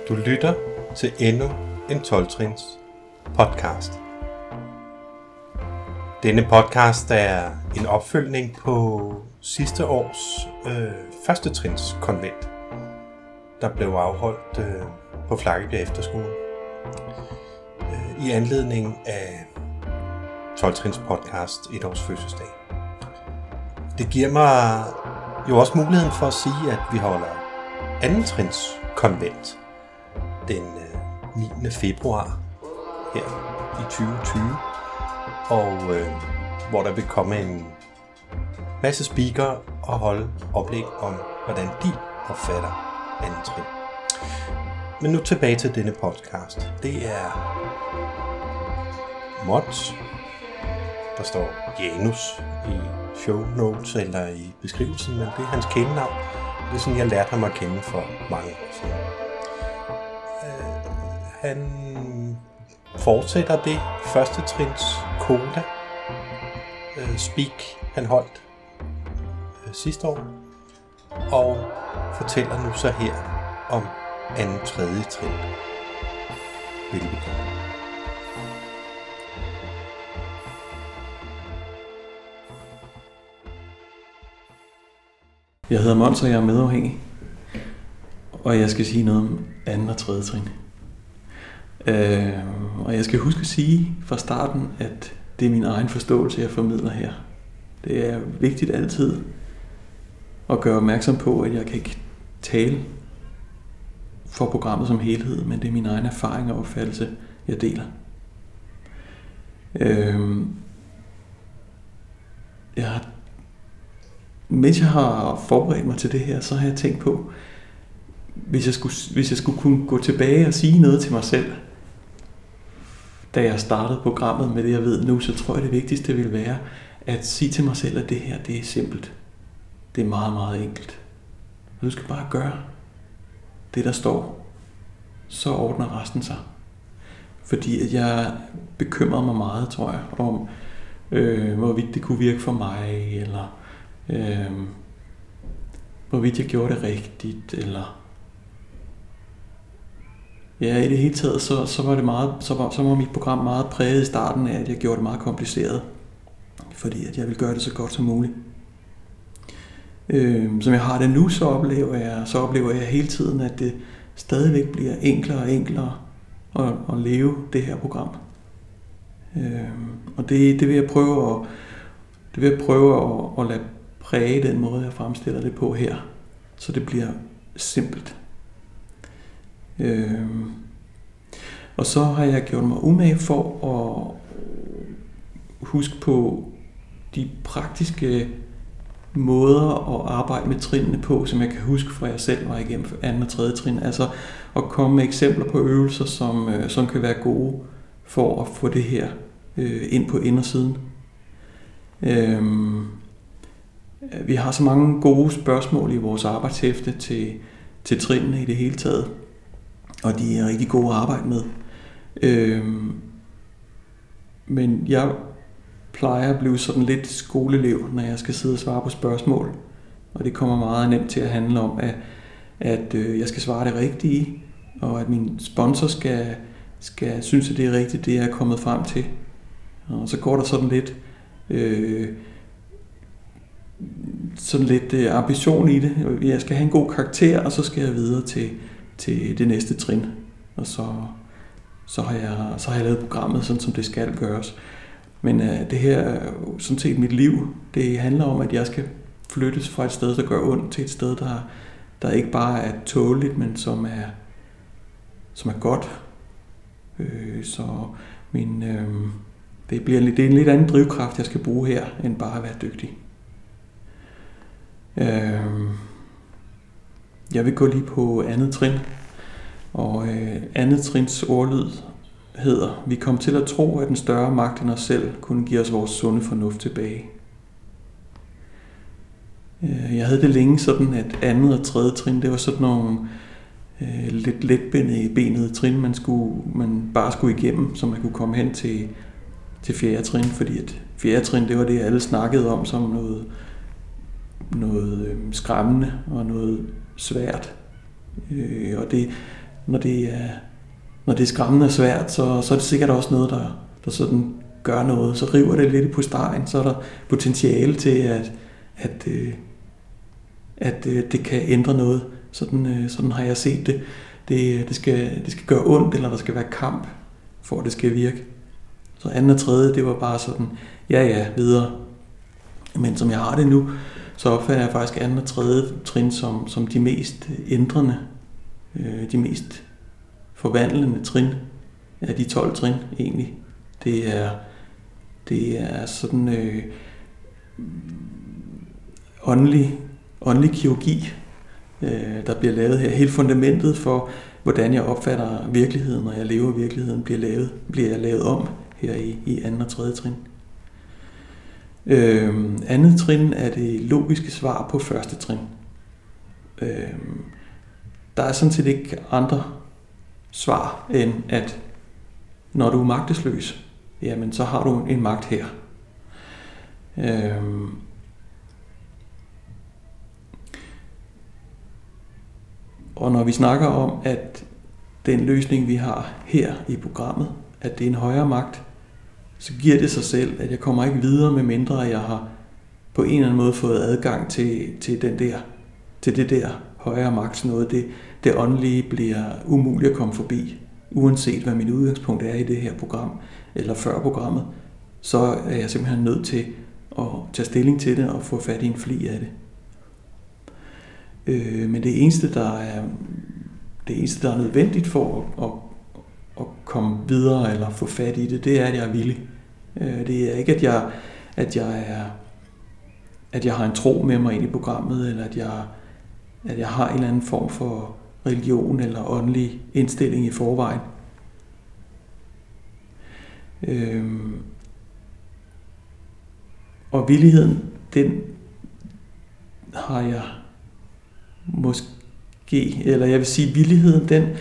Du lytter til endnu en 12-trins podcast. Denne podcast er en opfølgning på sidste års første trins konvent, der blev afholdt på Flakkebjerg Efterskole i anledning af 12-trins podcast et års fødselsdag. Det giver mig jo også muligheden for at sige, at vi holder anden trins konvent den 9. februar her i 2020, og hvor der vil komme en masse speakere og holde oplæg om, hvordan de opfatter anden trin. Men nu tilbage til denne podcast. Det er Mods. Der står Janus i show notes eller i beskrivelsen, men det er hans kælenavn. Det er sådan, jeg lærte ham at kende for mange år siden. Han fortsætter det første trins Koda speak, han holdt sidste år, og fortæller nu så her om anden tredje trin. Velbekomme. Jeg hedder Mons, og jeg er medafhængig, og jeg skal sige noget om anden og tredje trin. Og jeg skal huske at sige fra starten, at det er min egen forståelse, jeg formidler her. Det er vigtigt altid at gøre opmærksom på, at jeg kan ikke tale for programmet som helhed, men det er min egen erfaring og opfattelse, jeg deler. Mens jeg har forberedt mig til det her, så har jeg tænkt på, hvis jeg skulle kunne gå tilbage og sige noget til mig selv, da jeg startede programmet med det, jeg ved nu, så tror jeg, det vigtigste ville være at sige til mig selv, at det her, det er simpelt. Det er meget, meget enkelt. Og du skal bare gøre det, der står. Så ordner resten sig. Fordi at jeg bekymrede mig meget, tror jeg, om hvorvidt det kunne virke for mig, eller hvorvidt jeg gjorde det rigtigt, eller ja, i det hele taget, så var mit program meget præget i starten af, at jeg gjorde det meget kompliceret, fordi at jeg ville gøre det så godt som muligt. Som jeg har det nu, så oplever jeg hele tiden, at det stadigvæk bliver enklere og enklere at leve det her program. Og det vil jeg prøve at lade præge den måde, jeg fremstiller det på her, så det bliver simpelt. Og så har jeg gjort mig umage for at huske på de praktiske måder at arbejde med trinene på, som jeg kan huske fra jeg selv var igennem anden og tredje trin. Altså at komme med eksempler på øvelser, som kan være gode for at få det her ind på indersiden. Vi har så mange gode spørgsmål i vores arbejdshæfte til trinene i det hele taget, og de er rigtig gode at arbejde med. Men jeg plejer at blive sådan lidt skoleelev, når jeg skal sidde og svare på spørgsmål, og det kommer meget nemt til at handle om, at jeg skal svare det rigtige, og at min sponsor skal synes, at det er rigtigt, det jeg er kommet frem til. Og så går der sådan lidt ambition i det. Jeg skal have en god karakter, og så skal jeg videre til det næste trin. Og så har jeg lavet programmet, sådan som det skal gøres. Men det her er sådan set mit liv. Det handler om, at jeg skal flyttes fra et sted, der gør ondt, til et sted, der ikke bare er tåleligt, men som er godt. Så det er en lidt anden drivkraft, jeg skal bruge her, end bare at være dygtig. Jeg vil gå lige på andet trin, og andet trins ordlyd hedder: vi kom til at tro, at en større magt end os selv kunne give os vores sunde fornuft tilbage. Jeg havde det længe sådan, at andet og tredje trin, det var sådan nogle lidt letbenede trin, man bare skulle igennem, så man kunne komme hen til fjerde trin, fordi at fjerde trin, det var det, alle snakkede om som noget skræmmende og noget svært. Og det når det er skræmmende og svært, så er det sikkert også noget, der sådan gør noget. Så river det lidt på stegen, så er der potentiale til, at det kan ændre noget. Sådan har jeg set det. Det skal gøre ondt, eller der skal være kamp, for at det skal virke. Så anden og tredje, det var bare sådan, ja, videre. Men som jeg har det nu, så opfatter jeg faktisk anden og tredje trin som de mest ændrende, de mest forvandlende trin af de 12 trin egentlig. Det er sådan åndelig kirurgi, der bliver lavet her. Hele fundamentet for, hvordan jeg opfatter virkeligheden, når jeg lever virkeligheden, bliver lavet om her i anden og tredje trin. Andet trin er det logiske svar på første trin. Der er sådan set ikke andre svar, end at når du er magtesløs, jamen så har du en magt her. Og når vi snakker om, at den løsning, vi har her i programmet, at det er en højere magt, så giver det sig selv, at jeg kommer ikke videre, med mindre at jeg har på en eller anden måde fået adgang til det der højere magt. Noget det åndelige bliver umuligt at komme forbi, uanset hvad mit udgangspunkt er i det her program, eller før programmet, så er jeg simpelthen nødt til at tage stilling til det og få fat i en fli af det. Men det eneste, der er nødvendigt for at komme videre eller få fat i det, det er, at jeg er villig. Det er ikke, at jeg har en tro med mig ind i programmet, eller at jeg har en eller anden form for religion eller åndelig indstilling i forvejen. Og villigheden, den har jeg måske, eller jeg vil sige, villigheden,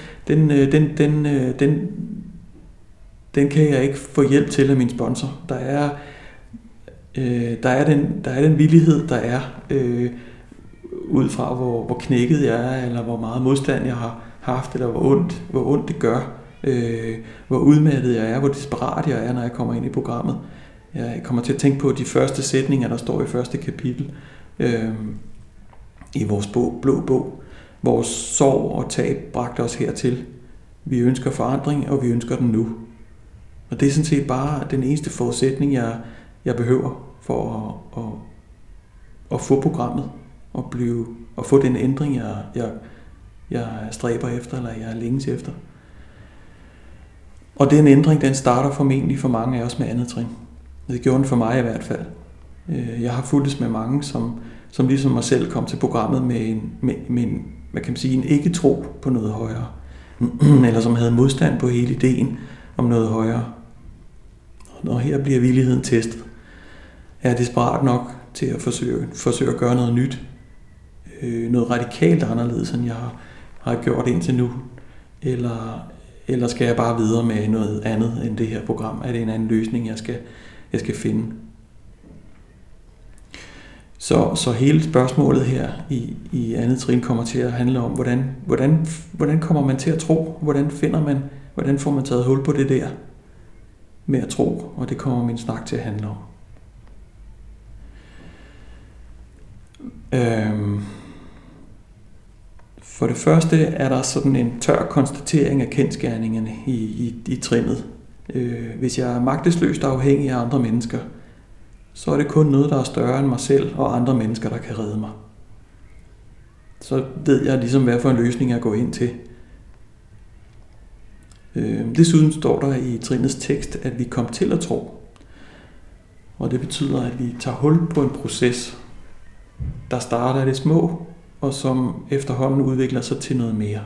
den kan jeg ikke få hjælp til af min sponsor. Der er den villighed, der er, ud fra hvor knækket jeg er, eller hvor meget modstand jeg har haft, eller hvor ondt det gør, hvor udmattet jeg er, hvor desperat jeg er, når jeg kommer ind i programmet. Jeg kommer til at tænke på de første sætninger, der står i første kapitel i vores blå bog. Vores sorg og tab bragte os hertil. Vi ønsker forandring, og vi ønsker den nu. Og det er sådan set bare den eneste forudsætning, jeg behøver for at få programmet og få den ændring, jeg stræber efter, eller jeg længes efter. Og den ændring, den starter formentlig for mange af os med andet trin. Det gjorde den for mig i hvert fald. Jeg har fulgtes med mange, som ligesom mig selv kom til programmet med en, hvad kan man sige, en ikke-tro på noget højere. Eller som havde modstand på hele ideen om noget højere. Og her bliver villigheden testet. Er jeg desperat nok til at forsøge at gøre noget nyt? Noget radikalt anderledes, end jeg har gjort indtil nu? Eller skal jeg bare videre med noget andet end det her program? Er det en anden løsning, jeg skal finde? Så hele spørgsmålet her i andet trin kommer til at handle om, hvordan kommer man til at tro? Hvordan får man taget hul på det der med at tro? Og det kommer min snak til at handle om. For det første er der sådan en tør konstatering af kendsgerningerne i trinnet. Hvis jeg er magtesløst afhængig af andre mennesker, så er det kun noget, der er større end mig selv og andre mennesker, der kan redde mig. Så ved jeg ligesom, hvad for en løsning jeg går ind til. Desuden står der i trinets tekst, at vi kom til at tro. Og det betyder, at vi tager hul på en proces, der starter af det små, og som efterhånden udvikler sig til noget mere.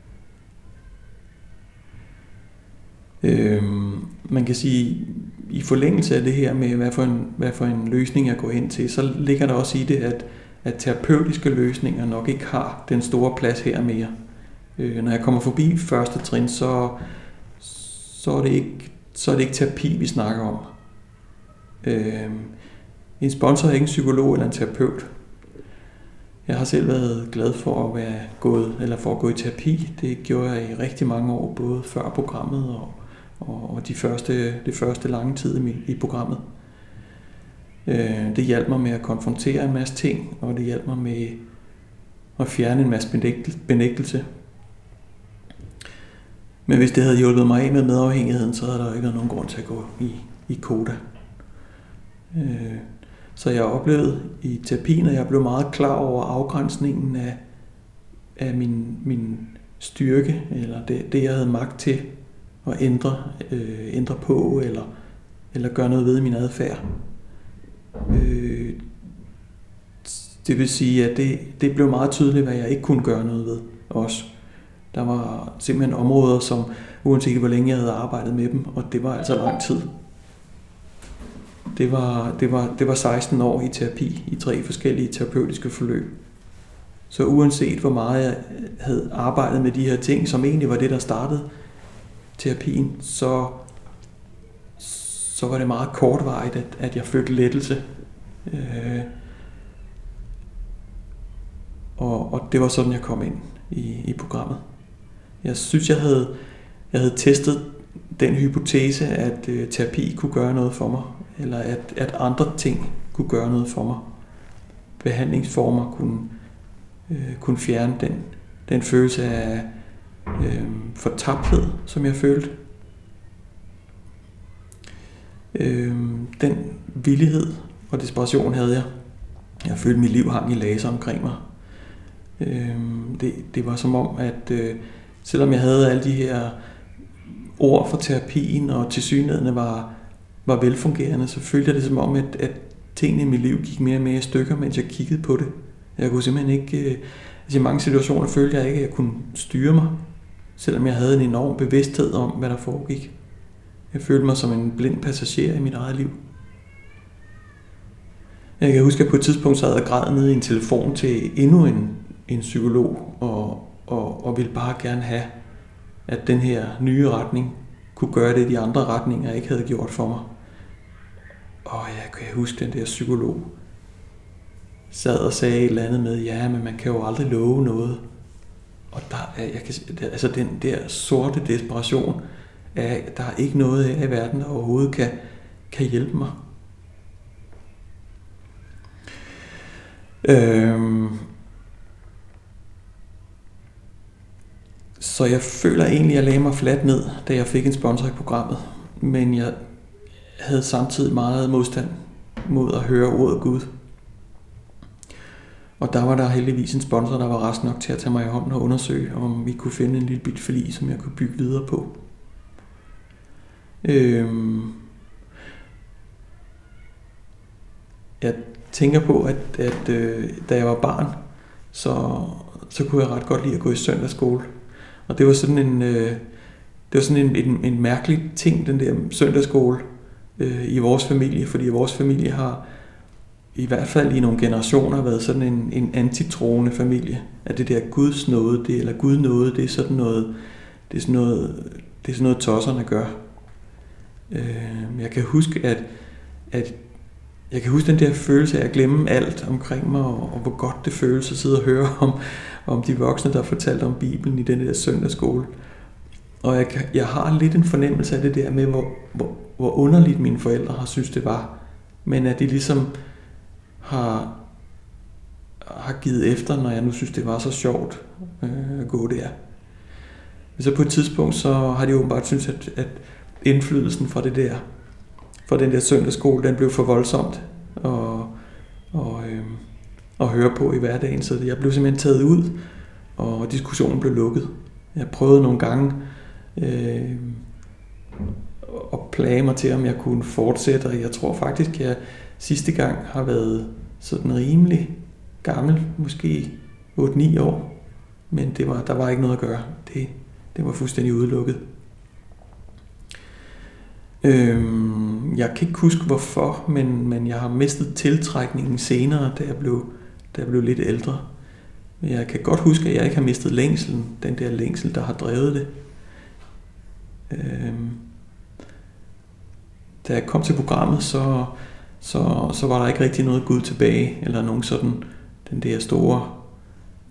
Man kan sige, i forlængelse af det her med, hvad for en løsning jeg går ind til, så ligger der også i det, at terapeutiske løsninger nok ikke har den store plads her mere. Når jeg kommer forbi første trin, så er det ikke terapi, vi snakker om. En sponsor er ikke en psykolog eller en terapeut. Jeg har selv været glad for at gå i terapi. Det gjorde jeg i rigtig mange år, både før programmet og det første lange tid i programmet. Det hjalp mig med at konfrontere en masse ting, og det hjalp mig med at fjerne en masse benægtelse. Men hvis det havde hjulpet mig af med medafhængigheden, så havde der ikke været nogen grund til at gå i koda. Så jeg oplevede i terapien, at jeg blev meget klar over afgrænsningen af min styrke, eller det jeg havde magt til at ændre på, eller gøre noget ved min adfærd. Det vil sige, at det blev meget tydeligt, hvad jeg ikke kunne gøre noget ved også. Der var simpelthen områder, som uanset hvor længe jeg havde arbejdet med dem, og det var altså lang tid. Det var 16 år i terapi, i 3 forskellige terapeutiske forløb. Så uanset hvor meget jeg havde arbejdet med de her ting, som egentlig var det, der startede terapien, så var det meget kortvarigt, at jeg følte lettelse. Og det var sådan, jeg kom ind i programmet. Jeg synes, jeg havde testet den hypotese, at terapi kunne gøre noget for mig, eller at andre ting kunne gøre noget for mig. Behandlingsformer kunne fjerne den følelse af fortabthed, som jeg følte. Den villighed og desperation havde jeg. Jeg følte, mit liv hang i laser omkring mig. Det var som om, at selvom jeg havde alle de her ord for terapien, og tilsyneladende var velfungerende, så følte jeg det som om, at tingene i mit liv gik mere og mere i stykker, mens jeg kiggede på det. Jeg kunne simpelthen ikke... i mange situationer følte jeg ikke, at jeg kunne styre mig, selvom jeg havde en enorm bevidsthed om, hvad der foregik. Jeg følte mig som en blind passager i mit eget liv. Jeg kan huske, at på et tidspunkt så havde jeg grædet ned i en telefon til endnu en psykolog, og ville bare gerne have, at den her nye retning kunne gøre det, de andre retninger ikke havde gjort for mig. Og jeg kan huske, den der psykolog sad og sagde et eller andet med, ja, men man kan jo aldrig love noget. Og den der sorte desperation, der er ikke noget af i verden, der overhovedet kan hjælpe mig. Så jeg føler egentlig, at jeg lagde mig fladt ned, da jeg fik en sponsor i programmet. Men jeg havde samtidig meget modstand mod at høre ordet Gud. Og der var der heldigvis en sponsor, der var rask nok til at tage mig i hånden og undersøge, om vi kunne finde en lille bit forlig, som jeg kunne bygge videre på. Jeg tænker på, at da jeg var barn, så kunne jeg ret godt lide at gå i søndagsskole. Og det var sådan en mærkelig ting, den der søndagsskole i vores familie, fordi vores familie har i hvert fald i nogle generationer været sådan en antitroende familie. At det der Guds nåde, eller Gud nåde, det er sådan noget tosserne gør. Jeg kan huske, jeg kan huske den der følelse af at glemme alt omkring mig, og hvor godt det føles at sidde og høre om de voksne, der fortalte om Bibelen i den der søndagsskole. Og jeg har lidt en fornemmelse af det der med, hvor underligt mine forældre har synes det var, men at de ligesom har givet efter, når jeg nu synes det var så sjovt at gå der. Så på et tidspunkt så har de åbenbart synes, at indflydelsen fra den der søndagsskole, den blev for voldsomt at høre på i hverdagen, så jeg blev simpelthen taget ud, og diskussionen blev lukket. Jeg prøvede nogle gange at plage mig til, om jeg kunne fortsætte, og jeg tror faktisk, at jeg sidste gang har været sådan rimelig gammel, måske 8-9 år, men der var ikke noget at gøre. Det var fuldstændig udelukket. Jeg kan ikke huske hvorfor, men jeg har mistet tiltrækningen senere, da jeg blev lidt ældre. Men jeg kan godt huske, at jeg ikke har mistet længselen, den der længsel, der har drevet det. Da jeg kom til programmet, så var der ikke rigtig noget Gud tilbage, eller nogen sådan, den der store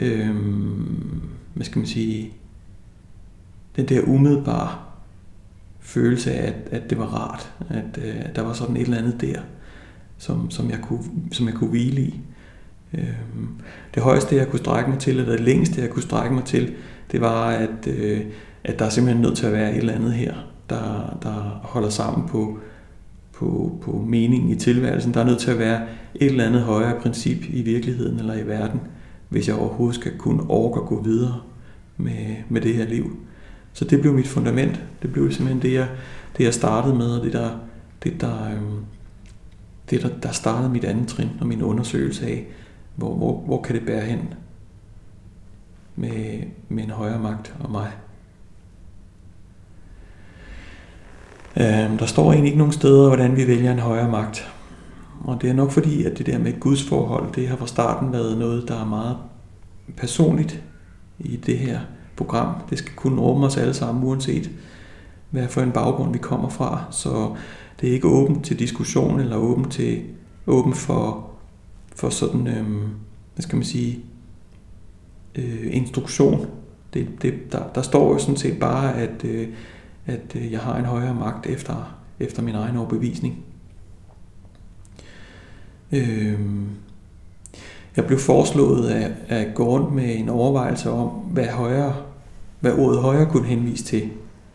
hvad skal man sige, den der umiddelbare følelse af, at det var rart, at der var sådan et eller andet der, som jeg kunne hvile i. Det højeste jeg kunne strække mig til, eller det længste jeg kunne strække mig til, det var, at der er simpelthen nødt til at være et eller andet her, der holder sammen på meningen i tilværelsen. Der er nødt til at være et eller andet højere princip i virkeligheden eller i verden, hvis jeg overhovedet skal kunne orke at gå videre med det her liv. Så det blev mit fundament. Det blev simpelthen det jeg startede med, og der startede mit andet trin og min undersøgelse af, hvor kan det bære hen med en højere magt og mig. Der står egentlig ikke nogen steder, hvordan vi vælger en højere magt. Og det er nok fordi, at det der med Guds forhold, det har fra starten været noget, der er meget personligt i det her program. Det skal kunne rumme os alle sammen, uanset hvad for en baggrund vi kommer fra. Så det er ikke åbent til diskussion, eller åbent for sådan, hvad skal man sige, instruktion. Der står jo sådan set bare, at jeg har en højere magt efter min egen overbevisning. Jeg blev foreslået at gå rundt med en overvejelse om, hvad ordet højere kunne henvise til,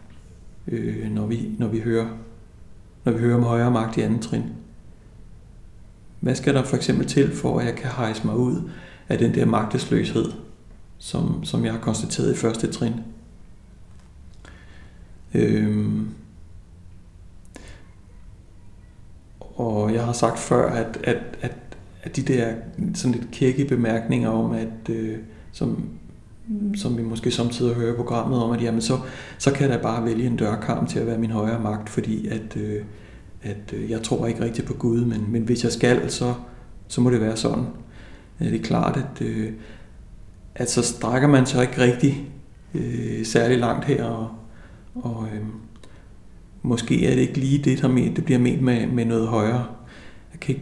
når vi hører om højere magt i andet trin. Hvad skal der for eksempel til, for at jeg kan hejse mig ud af den der magtesløshed, som jeg har konstateret i første trin? Og jeg har sagt før, at de der sådan lidt kække bemærkninger om, at som vi måske samtidig hører programmet om, at jamen så kan jeg da bare vælge en dørkarm til at være min højere magt, fordi at jeg tror ikke rigtig på Gud, men hvis jeg skal, så må det være sådan. Det er klart, at så strækker man sig ikke rigtig særlig langt her, og måske er det ikke lige det bliver ment med noget højere. Jeg kan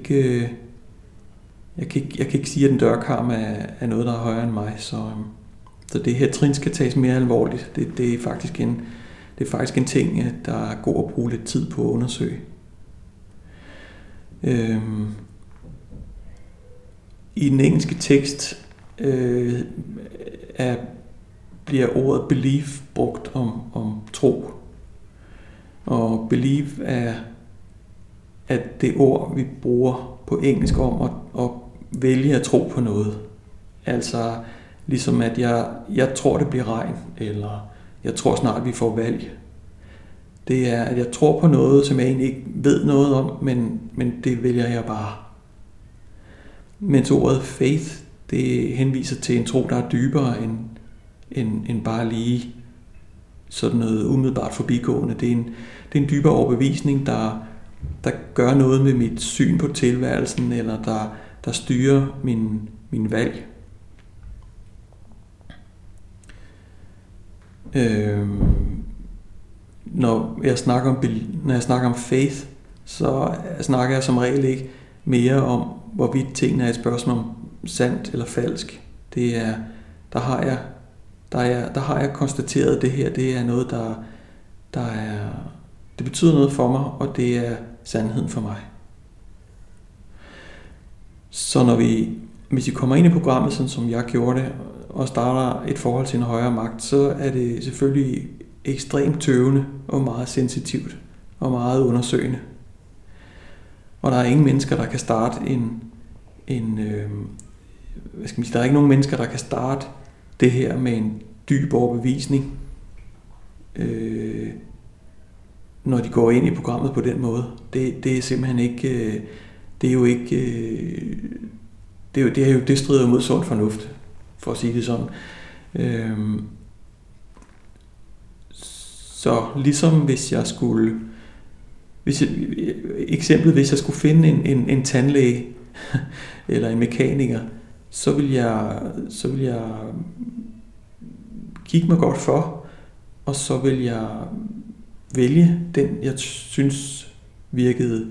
ikke sige, at en dørkarm er noget, der er højere end mig, så det her trin skal tages mere alvorligt. Det er faktisk en ting, der er god at bruge lidt tid på at undersøge. I den engelske tekst bliver ordet belief brugt om tro. Og belief er at det ord, vi bruger på engelsk om at vælge at tro på noget. Altså ligesom at jeg tror, det bliver regn, eller jeg tror snart, vi får valg. Det er, at jeg tror på noget, som jeg egentlig ikke ved noget om, men det vælger jeg bare. Mens ordet faith, det henviser til en tro, der er dybere end bare lige sådan noget umiddelbart forbigående. Det er en dybere overbevisning, der gør noget med mit syn på tilværelsen, eller der styrer min valg. Når jeg snakker om faith, så snakker jeg som regel ikke mere om, hvorvidt tingene er et spørgsmål om sandt eller falsk. Det er, der har jeg konstateret, at det her, det er noget, det betyder noget for mig, og det er sandheden for mig. Så hvis I kommer ind i programmet, sådan som jeg gjorde det, og starter et forhold til en højere magt, så er det selvfølgelig ekstremt tøvende og meget sensitivt og meget undersøgende. Og der er ingen mennesker, der kan starte der er ikke nogen mennesker, der kan starte det her med en dyb overbevisning, når de går ind i programmet på den måde. Det er simpelthen ikke, det strider mod sund fornuft, for at sige det sådan. Så ligesom hvis jeg skulle finde en tandlæge eller en mekaniker, så vil jeg kigge mig godt for, og så vil jeg vælge den, jeg synes virkede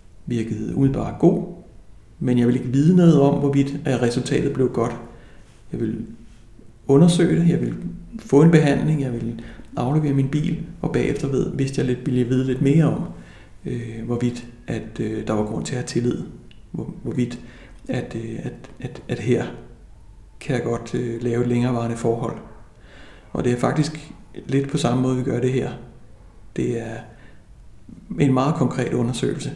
umiddelbart god, men jeg vil ikke vide noget om, hvorvidt resultatet blev godt Jeg vil undersøge det, jeg vil få en behandling, jeg vil aflevere min bil, og bagefter vidste jeg ville jeg vide lidt mere om, hvorvidt at der var grund til at have tillid. Hvorvidt at her kan jeg godt lave et længerevarende forhold. Og det er faktisk lidt på samme måde, vi gør det her. Det er en meget konkret undersøgelse.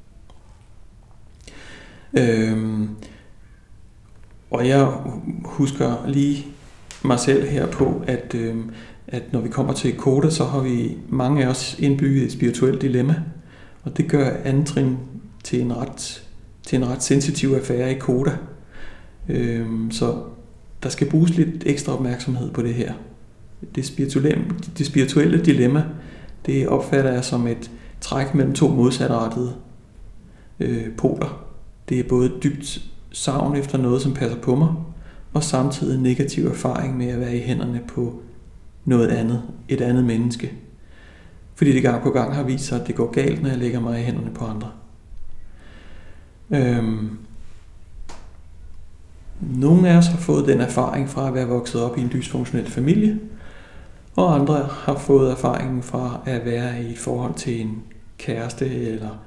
Og jeg husker lige mig selv her på, at når vi kommer til Koda, så har vi mange af os indbygget et spirituelt dilemma. Og det gør anden trin til en ret sensitiv affære i Koda. Så der skal bruges lidt ekstra opmærksomhed på det her. Det spirituelle dilemma, det opfatter jeg som et træk mellem to modsatrettede poler. Det er både dybt savn efter noget, som passer på mig, og samtidig negativ erfaring med at være i hænderne på noget andet, et andet menneske. Fordi det gang på gang har vist sig, at det går galt, når jeg lægger mig i hænderne på andre. Nogle af os har fået den erfaring fra at være vokset op i en dysfunktionel familie, og andre har fået erfaringen fra at være i et forhold til en kæreste eller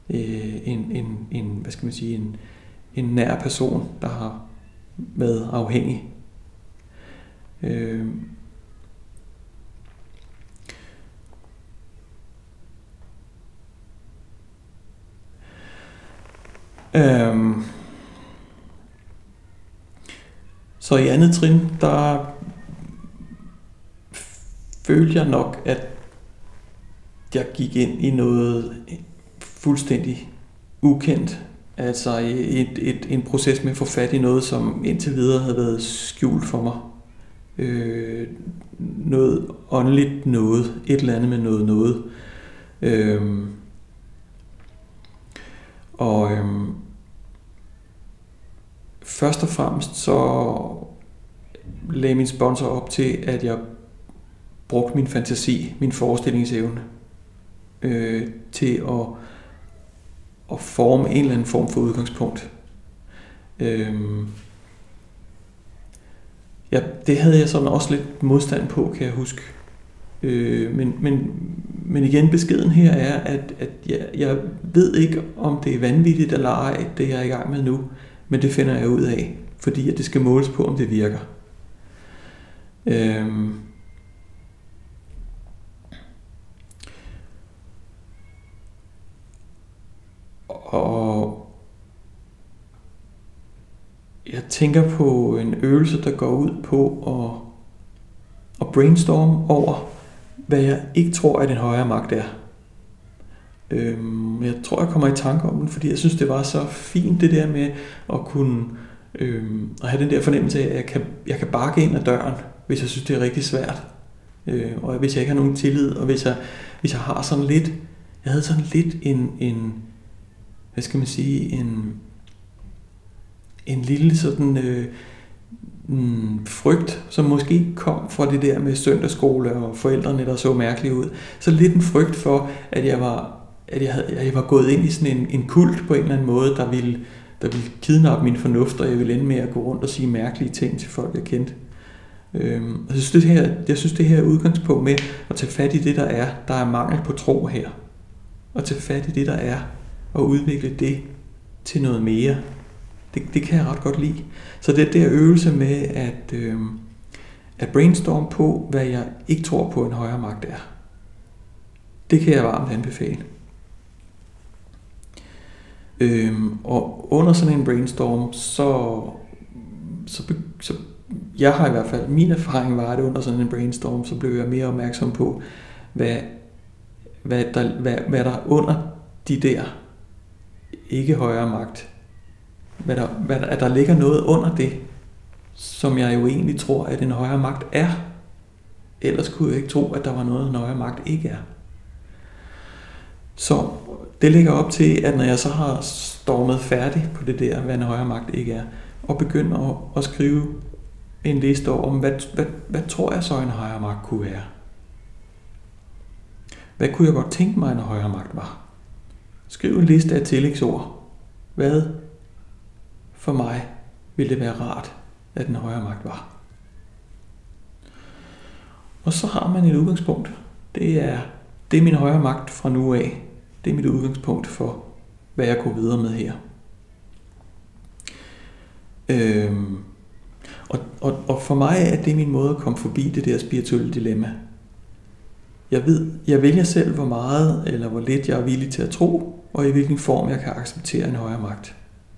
en nær person, der har været afhængig. Så i andet trin, der følte jeg nok, at jeg gik ind i noget fuldstændig ukendt. Altså en proces med at få fat i noget, som indtil videre havde været skjult for mig. Noget åndeligt noget, et eller andet med noget. Først og fremmest så lagde min sponsor op til, at jeg brugte min fantasi, min forestillingsevne, til at forme en eller anden form for udgangspunkt. Ja, det havde jeg sådan også lidt modstand på, kan jeg huske. Men igen, beskeden her er, at jeg ved ikke, om det er vanvittigt eller ej, det jeg er i gang med nu, men det finder jeg ud af, fordi at det skal måles på, om det virker. Og jeg tænker på en øvelse, der går ud på at brainstorme over, hvad jeg ikke tror, at en højere magt er. Jeg tror, jeg kommer i tanke om den, fordi jeg synes, det var så fint det der med at kunne at have den der fornemmelse af, at jeg kan barke ind ad døren, hvis jeg synes, det er rigtig svært. Og hvis jeg ikke har nogen tillid, og hvis jeg har sådan lidt, jeg havde sådan lidt en hvad skal man sige, en lille sådan frygt, som måske kom fra det der med søndagsskole og forældrene, der så mærkeligt ud. Så lidt en frygt for, at jeg var gået ind i sådan en kult på en eller anden måde, der ville kidnappe min fornuft, og jeg ville ende med at gå rundt og sige mærkelige ting til folk, jeg kendte. Og jeg synes det her udgangspunkt med at tage fat i det, der er mangel på tro her. Og tage fat i det, der er, og udvikle det til noget mere. Det kan jeg ret godt lide. Så det der øvelse med at brainstorme på, hvad jeg ikke tror på en højere magt er. Det kan jeg varmt anbefale. Og under sådan en brainstorm, så jeg har i hvert fald, min erfaring var, at under sådan en brainstorm, så blev jeg mere opmærksom på, hvad der under de der ikke højere magt, at der ligger noget under det, som jeg jo egentlig tror, at en højere magt er. Ellers kunne jeg ikke tro, at der var noget, en højere magt ikke er. Så det ligger op til, at når jeg så har stormet færdig på det der, hvad en højere magt ikke er, og begynder at skrive en liste over, hvad tror jeg så en højere magt kunne være? Hvad kunne jeg godt tænke mig, en højere magt var? Skriv en liste af tillægsord. Hvad for mig ville det være rart, at den højere magt var. Og så har man et udgangspunkt. Det er min højere magt fra nu af. Det er mit udgangspunkt for, hvad jeg går videre med her. Og for mig er det min måde at komme forbi det der spirituelle dilemma. Jeg vælger selv, hvor meget eller hvor lidt jeg er villig til at tro, og i hvilken form jeg kan acceptere en højere magt.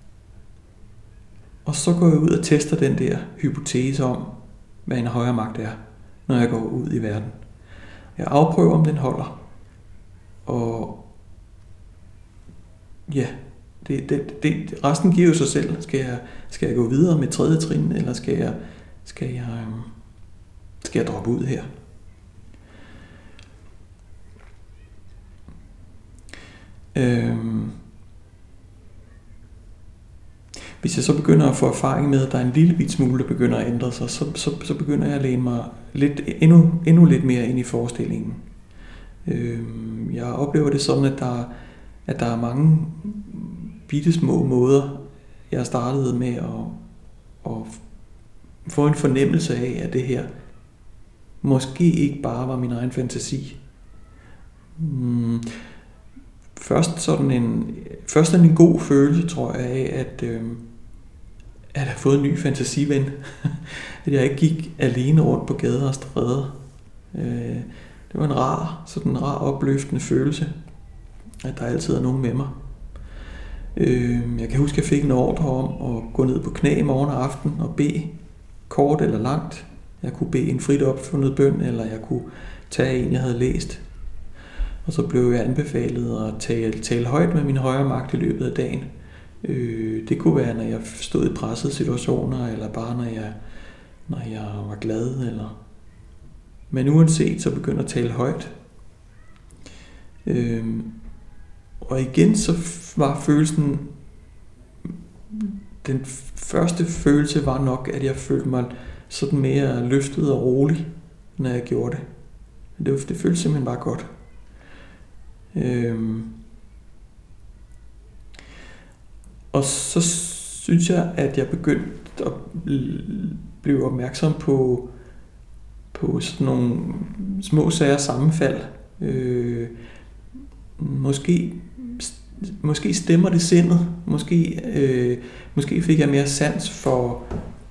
Og så går jeg ud og tester den der hypotese om, hvad en højere magt er, når jeg går ud i verden. Jeg afprøver, om den holder. Og ja, resten giver jo sig selv. Skal jeg gå videre med 3. trin, eller skal jeg droppe ud her? Hvis jeg så begynder at få erfaring med, at der er en lille bit smule, der begynder at ændre sig, så begynder jeg at læne mig endnu lidt mere ind i forestillingen. Jeg oplever det sådan, at der er mange bittesmå måder, jeg startede med at få en fornemmelse af, at det her måske ikke bare var min egen fantasi. Først en god følelse, tror jeg, af at have fået en ny fantasiven. At jeg ikke gik alene rundt på gader og stræder. Det var en rar opløftende følelse, at der altid er nogen med mig. Jeg kan huske, at jeg fik en ordre om at gå ned på knæ i morgen og aften og bede, kort eller langt. Jeg kunne bede en frit opfundet bøn, eller jeg kunne tage en, jeg havde læst. Og så blev jeg anbefalet at tale højt med min højere magt i løbet af dagen. Det kunne være, når jeg stod i pressede situationer, eller bare når jeg var glad. Men uanset, så begyndte at tale højt. Og igen så var følelsen, den første følelse var nok, at jeg følte mig sådan mere løftet og rolig, når jeg gjorde det. Det føltes simpelthen bare godt. Og så synes jeg, at jeg begyndte at blive opmærksom på sådan nogle små sager sammenfald. Måske stemmer det sindet. Måske fik jeg mere sans for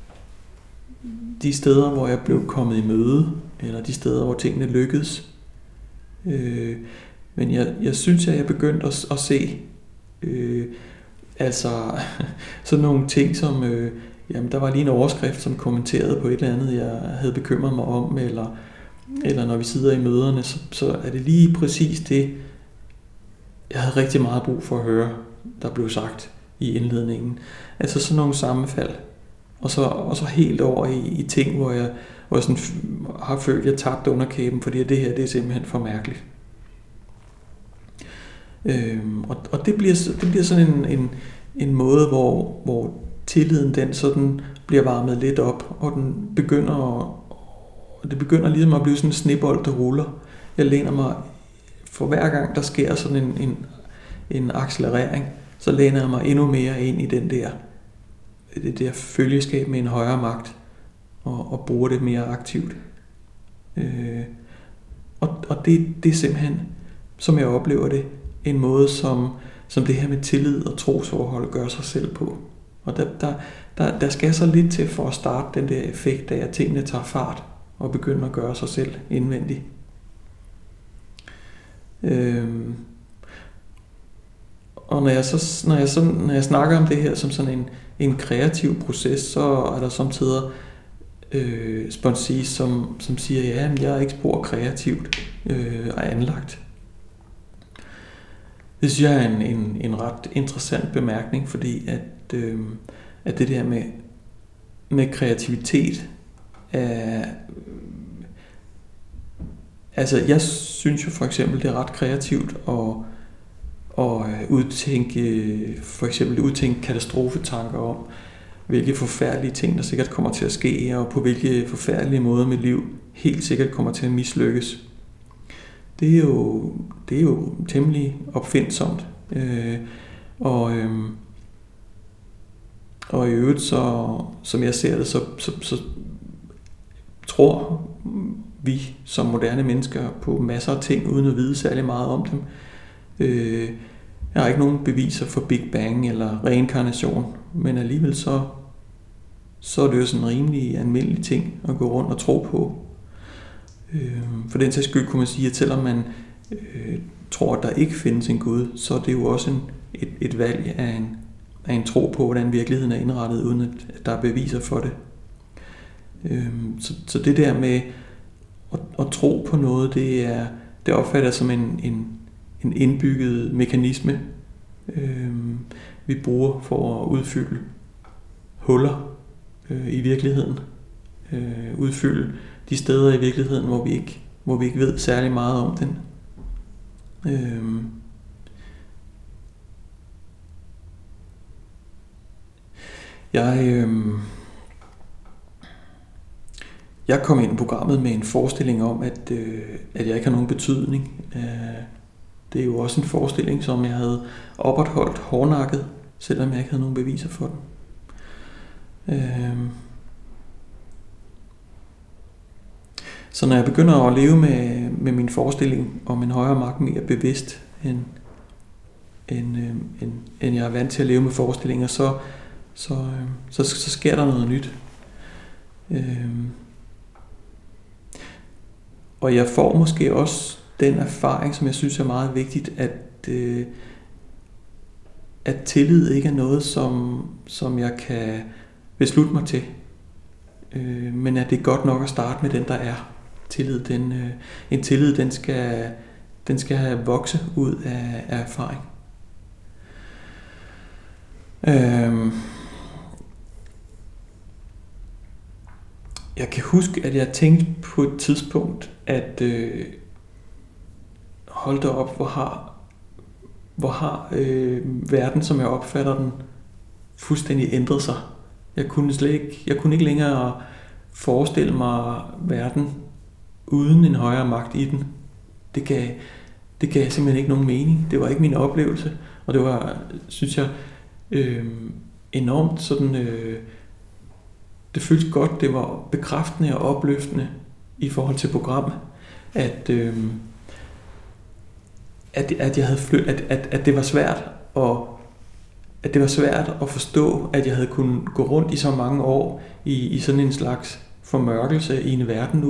de steder, hvor jeg blev kommet i møde, eller de steder, hvor tingene lykkedes. Men jeg synes, at jeg begyndte at se sådan nogle ting som der var lige en overskrift, som kommenterede på et eller andet, jeg havde bekymret mig om, eller når vi sidder i møderne, så er det lige præcis det, jeg havde rigtig meget brug for at høre, der blev sagt i indledningen. Altså sådan nogle sammenfald. Og så helt over i ting, hvor jeg sådan har følt, at jeg tabte underkæben, fordi det her, det er simpelthen for mærkeligt. Og det bliver sådan en måde, hvor tilliden den sådan bliver varmet lidt op, og det begynder ligesom at blive sådan en snebold, der ruller. Jeg læner mig, for hver gang der sker sådan en accelerering, så læner jeg mig endnu mere ind i det der følgeskab med en højere magt, og bruger det mere aktivt. Og det er simpelthen, som jeg oplever det, en måde, som det her med tillid og trosforhold gør sig selv på. Og der skal så lidt til for at starte den der effekt af, at tingene tager fart og begynder at gøre sig selv indvendigt. Og når jeg snakker om det her som sådan en kreativ proces, så er der samtidig sponsis, som siger, ja, men jeg er ikke spor kreativt og anlagt. Det synes jeg er en ret interessant bemærkning, fordi at det der med kreativitet er, altså jeg synes jo for eksempel, det er ret kreativt at udtænke katastrofetanker om, hvilke forfærdelige ting, der sikkert kommer til at ske, og på hvilke forfærdelige måder mit liv helt sikkert kommer til at mislykkes. Det er jo temmelig opfindsomt. Og Og i øvrigt, så, som jeg ser det, så tror vi som moderne mennesker på masser af ting, uden at vide særlig meget om dem. Jeg har ikke nogen beviser for Big Bang eller reinkarnation, men alligevel så er det jo sådan en rimelig almindelig ting at gå rundt og tro på. For den sags skyld kunne man sige, at selvom man tror, at der ikke findes en Gud, så er det jo også et valg af en tro på, hvordan virkeligheden er indrettet, uden at der er beviser for det. Så det der med at tro på noget, det opfatter jeg som en indbygget mekanisme, vi bruger for at udfylde huller i virkeligheden. Udfylde de steder i virkeligheden, hvor vi ikke ved særlig meget om den. Jeg kom ind i programmet med en forestilling om, at jeg ikke har nogen betydning. Det er jo også en forestilling, som jeg havde opretholdt hårdnakket, selvom jeg ikke havde nogen beviser for den. Så når jeg begynder at leve med min forestilling om en højere magt mere bevidst, end jeg er vant til at leve med forestillinger, så sker der noget nyt. Og jeg får måske også den erfaring, som jeg synes er meget vigtigt, at tillid ikke er noget, som jeg kan beslutte mig til, men at det er godt nok at starte med den, der er. En tillid, den skal have vokse ud af erfaring. Jeg kan huske, at jeg tænkte på et tidspunkt, at hold da op, hvor har verden, som jeg opfatter den, fuldstændig ændret sig. Jeg kunne ikke længere forestille mig verden uden en højere magt i den. Det gav simpelthen ikke nogen mening. Det var ikke min oplevelse, og det var, synes jeg, enormt sådan. Det føltes godt. Det var bekræftende og opløftende i forhold til programmet, at jeg havde at det var svært at forstå, at jeg havde kunnet gå rundt i så mange år i sådan en slags formørkelse i en verden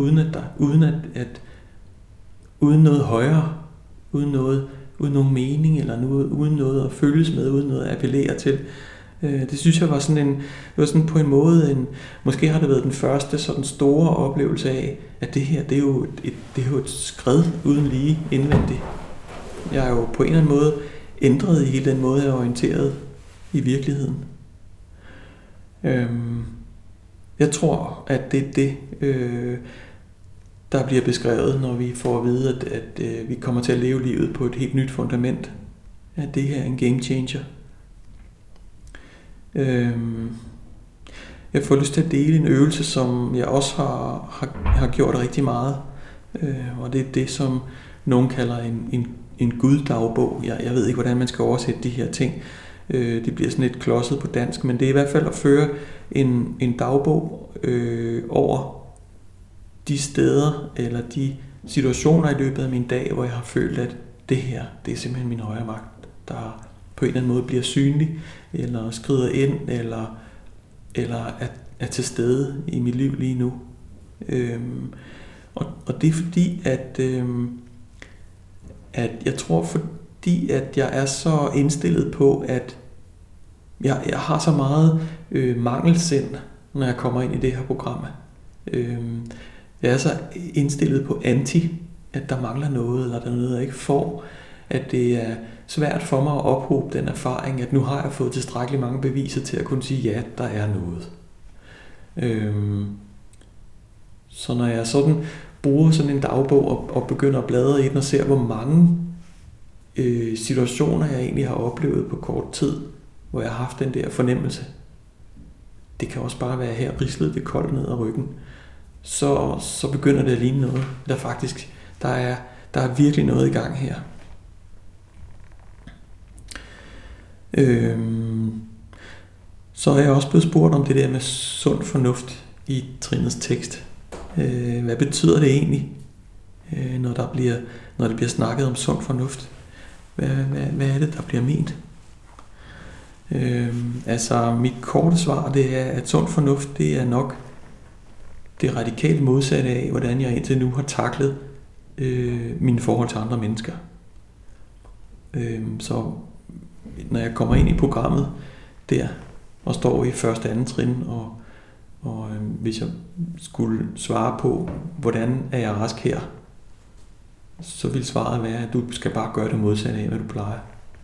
uden noget højere, uden nogen mening eller noget, uden noget at følges med, uden noget at appellere til. Det synes jeg var sådan på en måde måske har det været den første sådan store oplevelse af, at det her, det er jo et skred uden lige indvendigt. Jeg er jo på en eller anden måde ændret i hele den måde, jeg er orienteret i virkeligheden. Jeg tror, at det er det, der bliver beskrevet, når vi får at vide, at vi kommer til at leve livet på et helt nyt fundament. At det her er en game changer. Jeg får lyst til at dele en øvelse, som jeg også har gjort rigtig meget. Og det er det, som nogen kalder en guddagbog. Jeg ved ikke, hvordan man skal oversætte de her ting. Det bliver sådan lidt klodset på dansk, men det er i hvert fald at føre en dagbog over de steder eller de situationer i løbet af min dag, hvor jeg har følt, at det her, det er simpelthen min højre magt, der på en eller anden måde bliver synlig, eller skrider ind, eller er til stede i mit liv lige nu. Og det er fordi, at jeg tror, fordi at jeg er så indstillet på, at jeg har så meget mangelsind, når jeg kommer ind i det her program. Jeg er så indstillet på at der mangler noget, eller der er noget, jeg ikke får. At det er svært for mig at ophobe den erfaring, at nu har jeg fået tilstrækkeligt mange beviser til at kunne sige, ja, der er noget. Så når jeg sådan bruger sådan en dagbog og begynder at bladre i den og ser, hvor mange situationer jeg egentlig har oplevet på kort tid, hvor jeg har haft den der fornemmelse, det kan også bare være her, rislet det koldt ned ad ryggen, så begynder det at ligne noget, der faktisk, der er virkelig noget i gang her. Så er jeg også blevet spurgt om det der med sund fornuft i Trines tekst. Hvad betyder det egentlig, når det bliver snakket om sund fornuft? Hvad er det, der bliver ment? Mit korte svar, det er, at sund fornuft, det er nok det radikale modsatte af, hvordan jeg indtil nu har taklet mine forhold til andre mennesker. Så når jeg kommer ind i programmet der, og står i første og anden trin, og hvis jeg skulle svare på, hvordan er jeg rask her, så vil svaret være, at du skal bare gøre det modsatte af, hvad du plejer.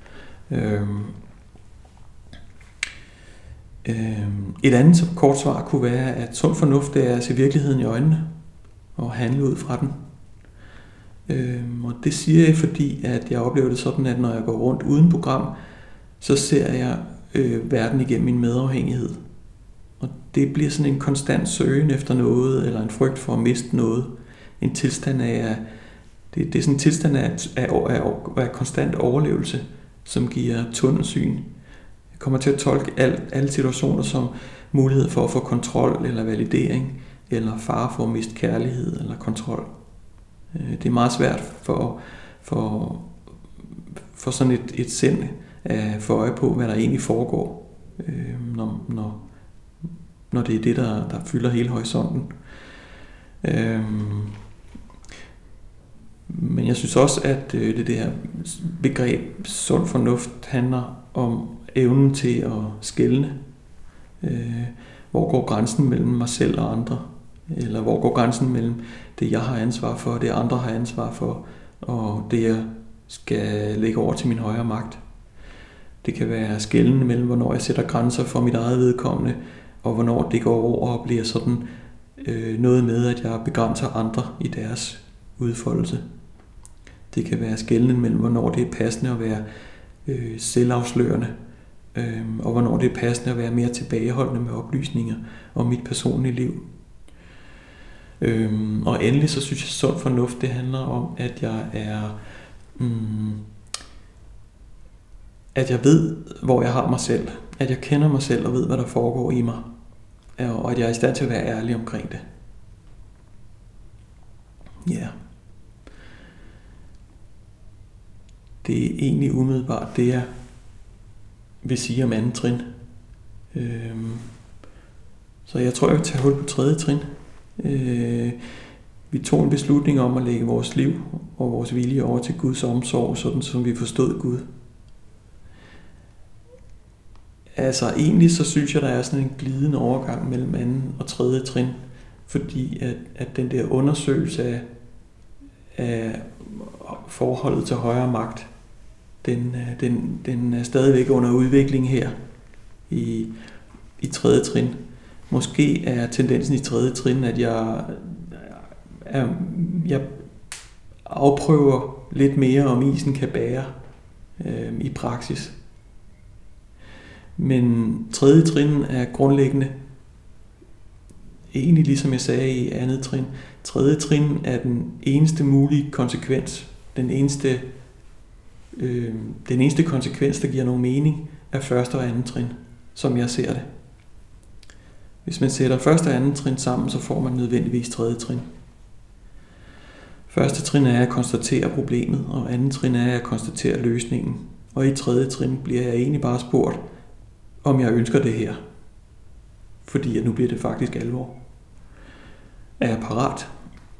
Et andet kort svar kunne være, at sund fornuft er at se virkeligheden i øjnene og handle ud fra den. Og det siger jeg, fordi at jeg oplever det sådan, at når jeg går rundt uden program, så ser jeg verden igennem min medafhængighed. Og det bliver sådan en konstant søgen efter noget, eller en frygt for at miste noget. En tilstand af, det er sådan en tilstand af konstant overlevelse, som giver tunnelsyn. Jeg kommer til at tolke alle situationer som mulighed for at få kontrol eller validering, eller fare for at miste kærlighed eller kontrol. Det er meget svært for sådan et sind at få øje på, hvad der egentlig foregår, når det er det, der fylder hele horisonten. Men jeg synes også, at det der begreb sund fornuft handler om evnen til at skelne. Hvor går grænsen mellem mig selv og andre? Eller hvor går grænsen mellem det, jeg har ansvar for, og det, andre har ansvar for, og det, jeg skal lægge over til min højre magt? Det kan være skelne mellem, hvornår jeg sætter grænser for mit eget vedkommende, og hvornår det går over og bliver sådan noget med, at jeg begrænser andre i deres udfoldelse. Det kan være skelnen mellem, hvornår det er passende at være selvafslørende, og hvornår det er passende at være mere tilbageholdende med oplysninger om mit personlige liv. Og endelig så synes jeg, at sund fornuft, det handler om, at jeg ved, hvor jeg har mig selv. At jeg kender mig selv og ved, hvad der foregår i mig. Og at jeg er i stand til at være ærlig omkring det. Ja. Yeah. Det er egentlig umiddelbart det, jeg vil sige om anden trin. Så jeg tror, jeg vil tage hul på tredje trin. Vi tog en beslutning om at lægge vores liv og vores vilje over til Guds omsorg, sådan som vi forstod Gud. Altså egentlig så synes jeg, der er sådan en glidende overgang mellem anden og tredje trin, fordi at den der undersøgelse af forholdet til højere magt, den er stadigvæk under udvikling her i tredje trin. Måske er tendensen i tredje trin, at jeg afprøver lidt mere, om isen kan bære i praksis. Men tredje trin er grundlæggende, egentlig ligesom jeg sagde i andet trin, tredje trin er den eneste mulige konsekvens, den eneste konsekvens, der giver nogen mening, er første og anden trin, som jeg ser det. Hvis man sætter første og anden trin sammen, så får man nødvendigvis tredje trin. Første trin er at konstatere problemet, og anden trin er at konstatere løsningen. Og i tredje trin bliver jeg egentlig bare spurgt, om jeg ønsker det her. Fordi at nu bliver det faktisk alvor. Er jeg parat?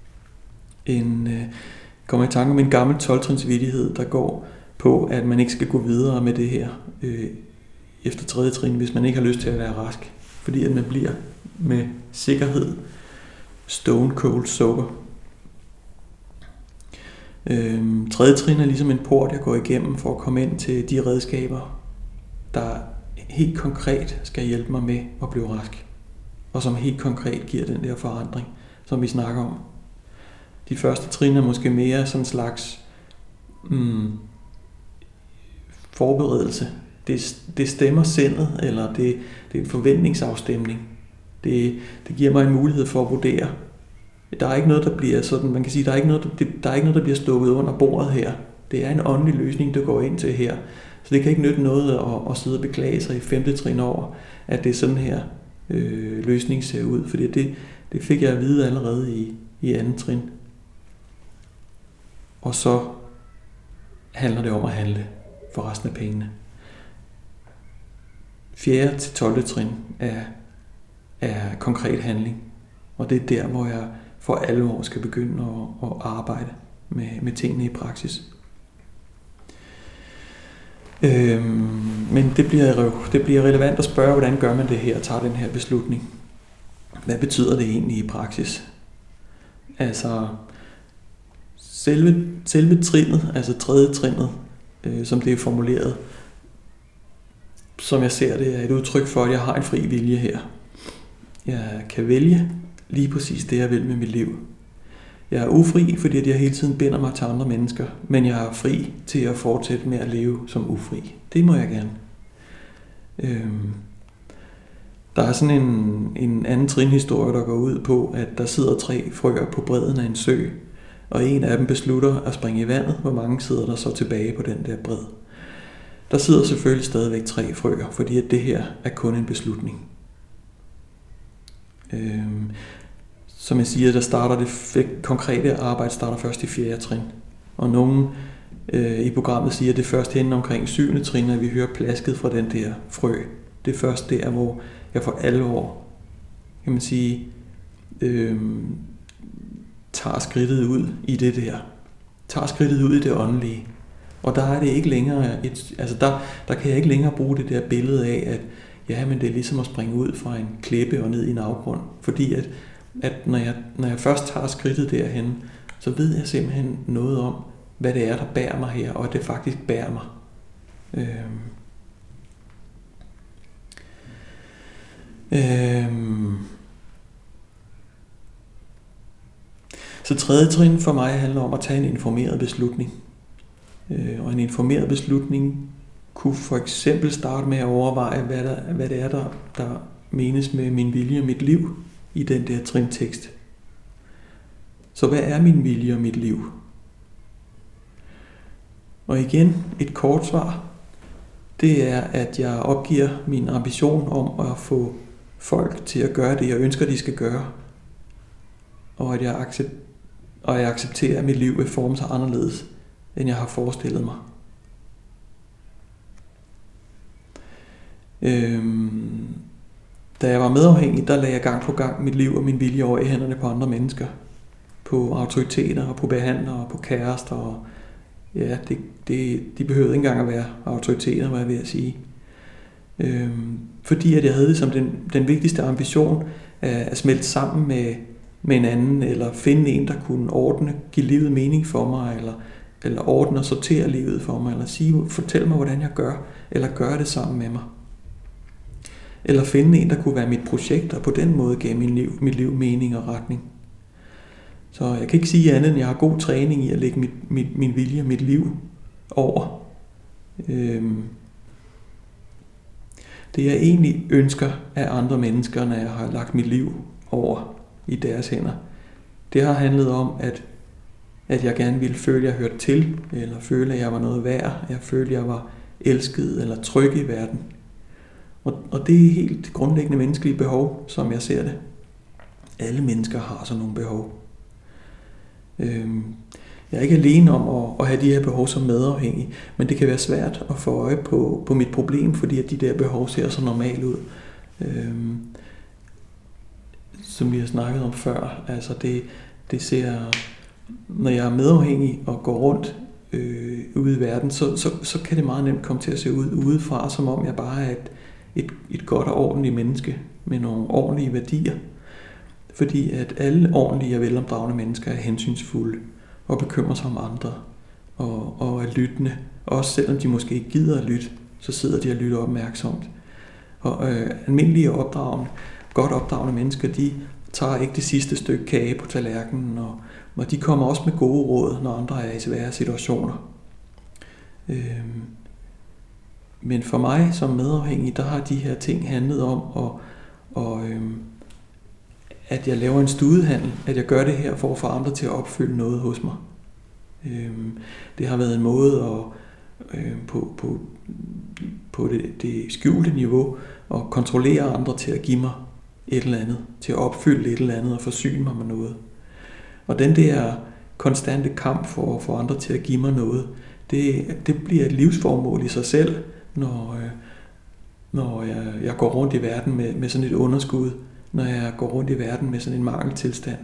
Kommer i tanke om en gammel 12-trins vittighed, der går på, at man ikke skal gå videre med det her efter tredje trin, hvis man ikke har lyst til at være rask. Fordi at man bliver med sikkerhed stone cold sober. Tredje trin er ligesom en port, jeg går igennem for at komme ind til de redskaber, der helt konkret skal hjælpe mig med at blive rask. Og som helt konkret giver den der forandring, som vi snakker om. De første trin er måske mere sådan en slags forberedelse. Det stemmer sindet, eller det er en forventningsafstemning. Det giver mig en mulighed for at vurdere. Der er ikke noget, der bliver sådan, man kan sige, der er ikke noget, der bliver stukket under bordet her. Det er en åndelig løsning, du går ind til her, Så det kan ikke nytte noget at sidde og beklage sig i 5. trin over, at det er sådan her løsning ser ud. Fordi det fik jeg at vide allerede i 2. trin. Og så handler det om at handle for resten af pengene. 4. til 12. trin er konkret handling. Og det er der, hvor jeg for alvor skal begynde at arbejde med tingene i praksis. Men det bliver relevant at spørge, hvordan gør man det her og tager den her beslutning. Hvad betyder det egentlig i praksis? Altså selve trinnet, altså 3. trinnet, som det er formuleret, som jeg ser det, er et udtryk for, at jeg har en fri vilje her. Jeg kan vælge lige præcis det, jeg vil med mit liv. Jeg er ufri, fordi jeg hele tiden binder mig til andre mennesker, men jeg er fri til at fortsætte med at leve som ufri. Det må jeg gerne. Der er sådan en 2. trin-historie, der går ud på, at der sidder 3 frøer på bredden af en sø, og en af dem beslutter at springe i vandet. Hvor mange sidder der så tilbage på den der bred? Der sidder selvfølgelig stadigvæk 3 frøer, fordi at det her er kun en beslutning. Som jeg siger, der starter det konkrete arbejde starter først i 4. trin. Og nogen i programmet siger, at det først hen omkring 7. trin, at vi hører plasket fra den der frø. Det er først der, hvor jeg for alvor, kan man sige, tager skridtet ud i det der. Tager skridtet ud i det åndelige. Og der er det ikke længere, der kan jeg ikke længere bruge det der billede af, at ja, men det er ligesom at springe ud fra en klippe og ned i en afgrund. Fordi at når jeg først tager skridtet derhen, så ved jeg simpelthen noget om, hvad det er, der bærer mig her, og at det faktisk bærer mig. Så 3. trin for mig handler om at tage en informeret beslutning. Og en informeret beslutning kunne for eksempel starte med at overveje, hvad det er, der menes med min vilje og mit liv i den der trintekst. Så hvad er min vilje og mit liv? Og igen, et kort svar, det er, at jeg opgiver min ambition om at få folk til at gøre det, jeg ønsker, de skal gøre. Og at jeg accepterer, at mit liv vil forme sig anderledes, end jeg har forestillet mig. Da jeg var medafhængig, der lagde jeg gang på gang mit liv og min vilje over i hænderne på andre mennesker. På autoriteter og på behandlere og på kærester. Og ja, de behøvede ikke engang at være autoriteter, var jeg ved at sige. Fordi at jeg havde det som den vigtigste ambition at smelte sammen med en anden, eller finde en, der kunne give livet mening for mig, eller ordne og sortere livet for mig, eller fortælle mig, hvordan jeg gør, eller gøre det sammen med mig. Eller finde en, der kunne være mit projekt, og på den måde gav mit liv mening og retning. Så jeg kan ikke sige andet, end jeg har god træning i at lægge min vilje og mit liv over. Det jeg egentlig ønsker af andre mennesker, når jeg har lagt mit liv over i deres hænder, det har handlet om, at jeg gerne ville føle, at jeg hørte til, eller føle, at jeg var noget værd, jeg følte, at jeg var elsket eller tryg i verden. Og det er helt grundlæggende menneskelige behov, som jeg ser det. Alle mennesker har sådan nogle behov. Jeg er ikke alene om at have de her behov som medafhængig, men det kan være svært at få øje på mit problem, fordi at de der behov ser så normalt ud. Som vi har snakket om før, altså det ser, når jeg er medafhængig og går rundt ude i verden, så kan det meget nemt komme til at se ud udefra, som om jeg bare er et godt og ordentligt menneske med nogle ordentlige værdier. Fordi at alle ordentlige og velomdragende mennesker er hensynsfulde og bekymrer sig om andre og er lyttende. Også selvom de måske ikke gider at lytte, så sidder de og lytter opmærksomt. Og almindelige og godt opdragende mennesker, de tager ikke det sidste stykke kage på tallerkenen, og de kommer også med gode råd, når andre er i svære situationer. Men for mig som medafhængig, der har de her ting handlet om, at jeg laver en studehandel, at jeg gør det her for at få andre til at opfylde noget hos mig. Det har været en måde på det skjulte niveau og kontrollere andre til at give mig et eller andet, til at opfylde et eller andet og forsyne mig med noget. Og den der konstante kamp for at få andre til at give mig noget, det bliver et livsformål i sig selv, når jeg går rundt i verden med sådan et underskud, når jeg går rundt i verden med sådan en mangeltilstand.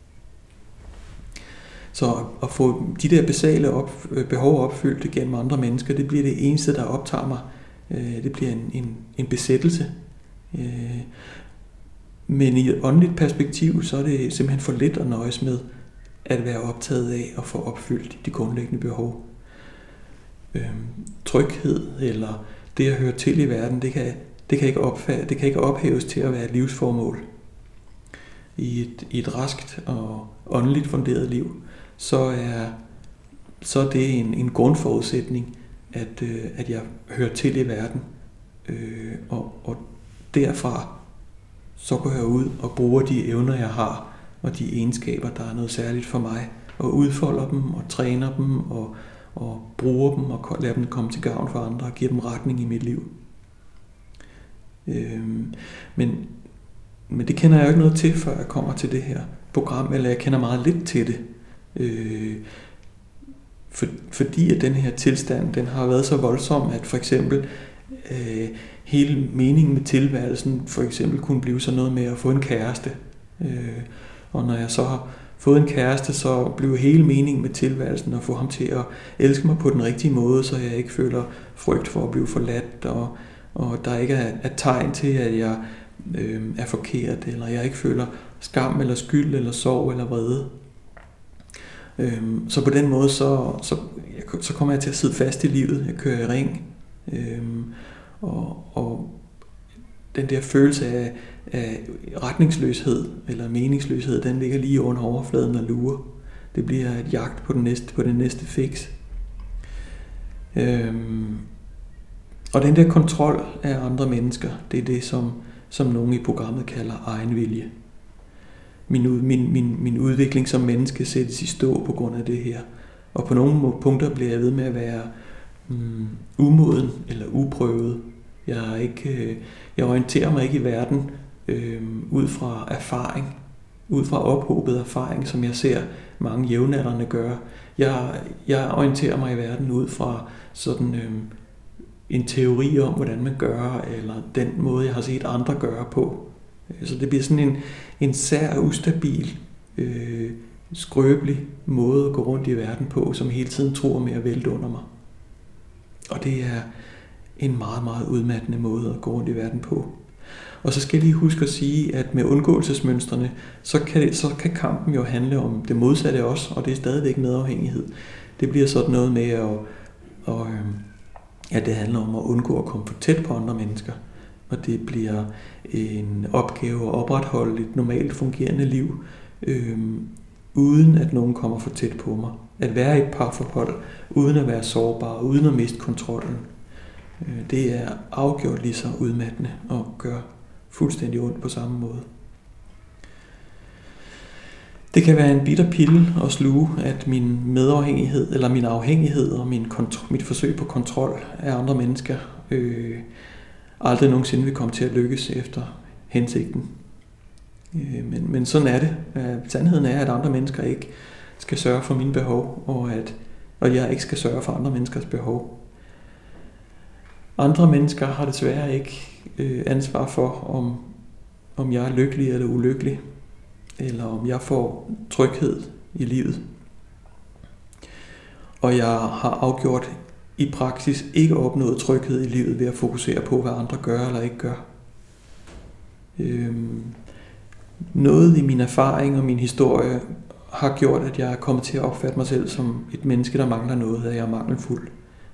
Så at få de der basale behov opfyldt gennem andre mennesker, det bliver det eneste, der optager mig. Det bliver en besættelse. Men i et åndeligt perspektiv, så er det simpelthen for lidt at nøjes med at være optaget af at få opfyldt de grundlæggende behov. Tryghed eller det at høre til i verden, det kan ikke ophæves til at være et livsformål. I et raskt og åndeligt funderet liv, så er det en grundforudsætning, at jeg hører til i verden. Og derfra så går jeg ud og bruger de evner, jeg har, og de egenskaber, der er noget særligt for mig, og udfolder dem, og træner dem, og bruger dem, og lader dem komme til gavn for andre, og giver dem retning i mit liv. Men det kender jeg jo ikke noget til, før jeg kommer til det her program, eller jeg kender meget lidt til det. Fordi at den her tilstand, den har været så voldsom, at for eksempel hele meningen med tilværelsen for eksempel kunne blive sådan noget med at få en kæreste. Og når jeg så har fået en kæreste, så bliver hele meningen med tilværelsen at få ham til at elske mig på den rigtige måde, så jeg ikke føler frygt for at blive forladt, og der ikke er tegn til, at jeg er forkert, eller jeg ikke føler skam eller skyld eller sorg eller vrede. Så på den måde, så kommer jeg til at sidde fast i livet. Jeg kører i ring. Og den der følelse af retningsløshed eller meningsløshed, den ligger lige under overfladen og lurer. Det bliver et jagt på den næste fix. Og den der kontrol af andre mennesker, det er det, som nogen i programmet kalder egenvilje. Min udvikling som menneske sættes i stå på grund af det her. Og på nogle punkter bliver jeg ved med at være umoden eller uprøvet. Jeg orienterer mig ikke i verden ud fra erfaring, ud fra ophobet erfaring, som jeg ser mange jævnaldrende gøre. Jeg orienterer mig i verden ud fra sådan en teori om, hvordan man gør, eller den måde, jeg har set andre gøre på. Så det bliver sådan en sær, ustabil, skrøbelig måde at gå rundt i verden på, som hele tiden tror med at vælte under mig. Og det er en meget, meget udmattende måde at gå rundt i verden på. Og så skal jeg lige huske at sige, at med undgåelsesmønstrene, så kan kampen jo handle om det modsatte også, og det er stadigvæk medafhængighed. Det bliver sådan noget med at det handler om at undgå at komme for tæt på andre mennesker. Og det bliver en opgave at opretholde et normalt fungerende liv, uden at nogen kommer for tæt på mig. At være i et parforhold, uden at være sårbar, uden at miste kontrollen. Det er afgjort lige så udmattende og gør fuldstændig ondt på samme måde. Det kan være en bitter pille at sluge, at min medafhængighed, eller min afhængighed og mit forsøg på kontrol af andre mennesker aldrig nogensinde vil komme til at lykkes efter hensigten. Men sådan er det. Sandheden er, at andre mennesker ikke skal sørge for mine behov, og jeg ikke skal sørge for andre menneskers behov. Andre mennesker har desværre ikke ansvar for, om jeg er lykkelig eller ulykkelig, eller om jeg får tryghed i livet. Og jeg har afgjort i praksis ikke opnået tryghed i livet ved at fokusere på, hvad andre gør eller ikke gør. Noget i min erfaring og min historie har gjort, at jeg er kommet til at opfatte mig selv som et menneske, der mangler noget, at jeg er mangelfuld.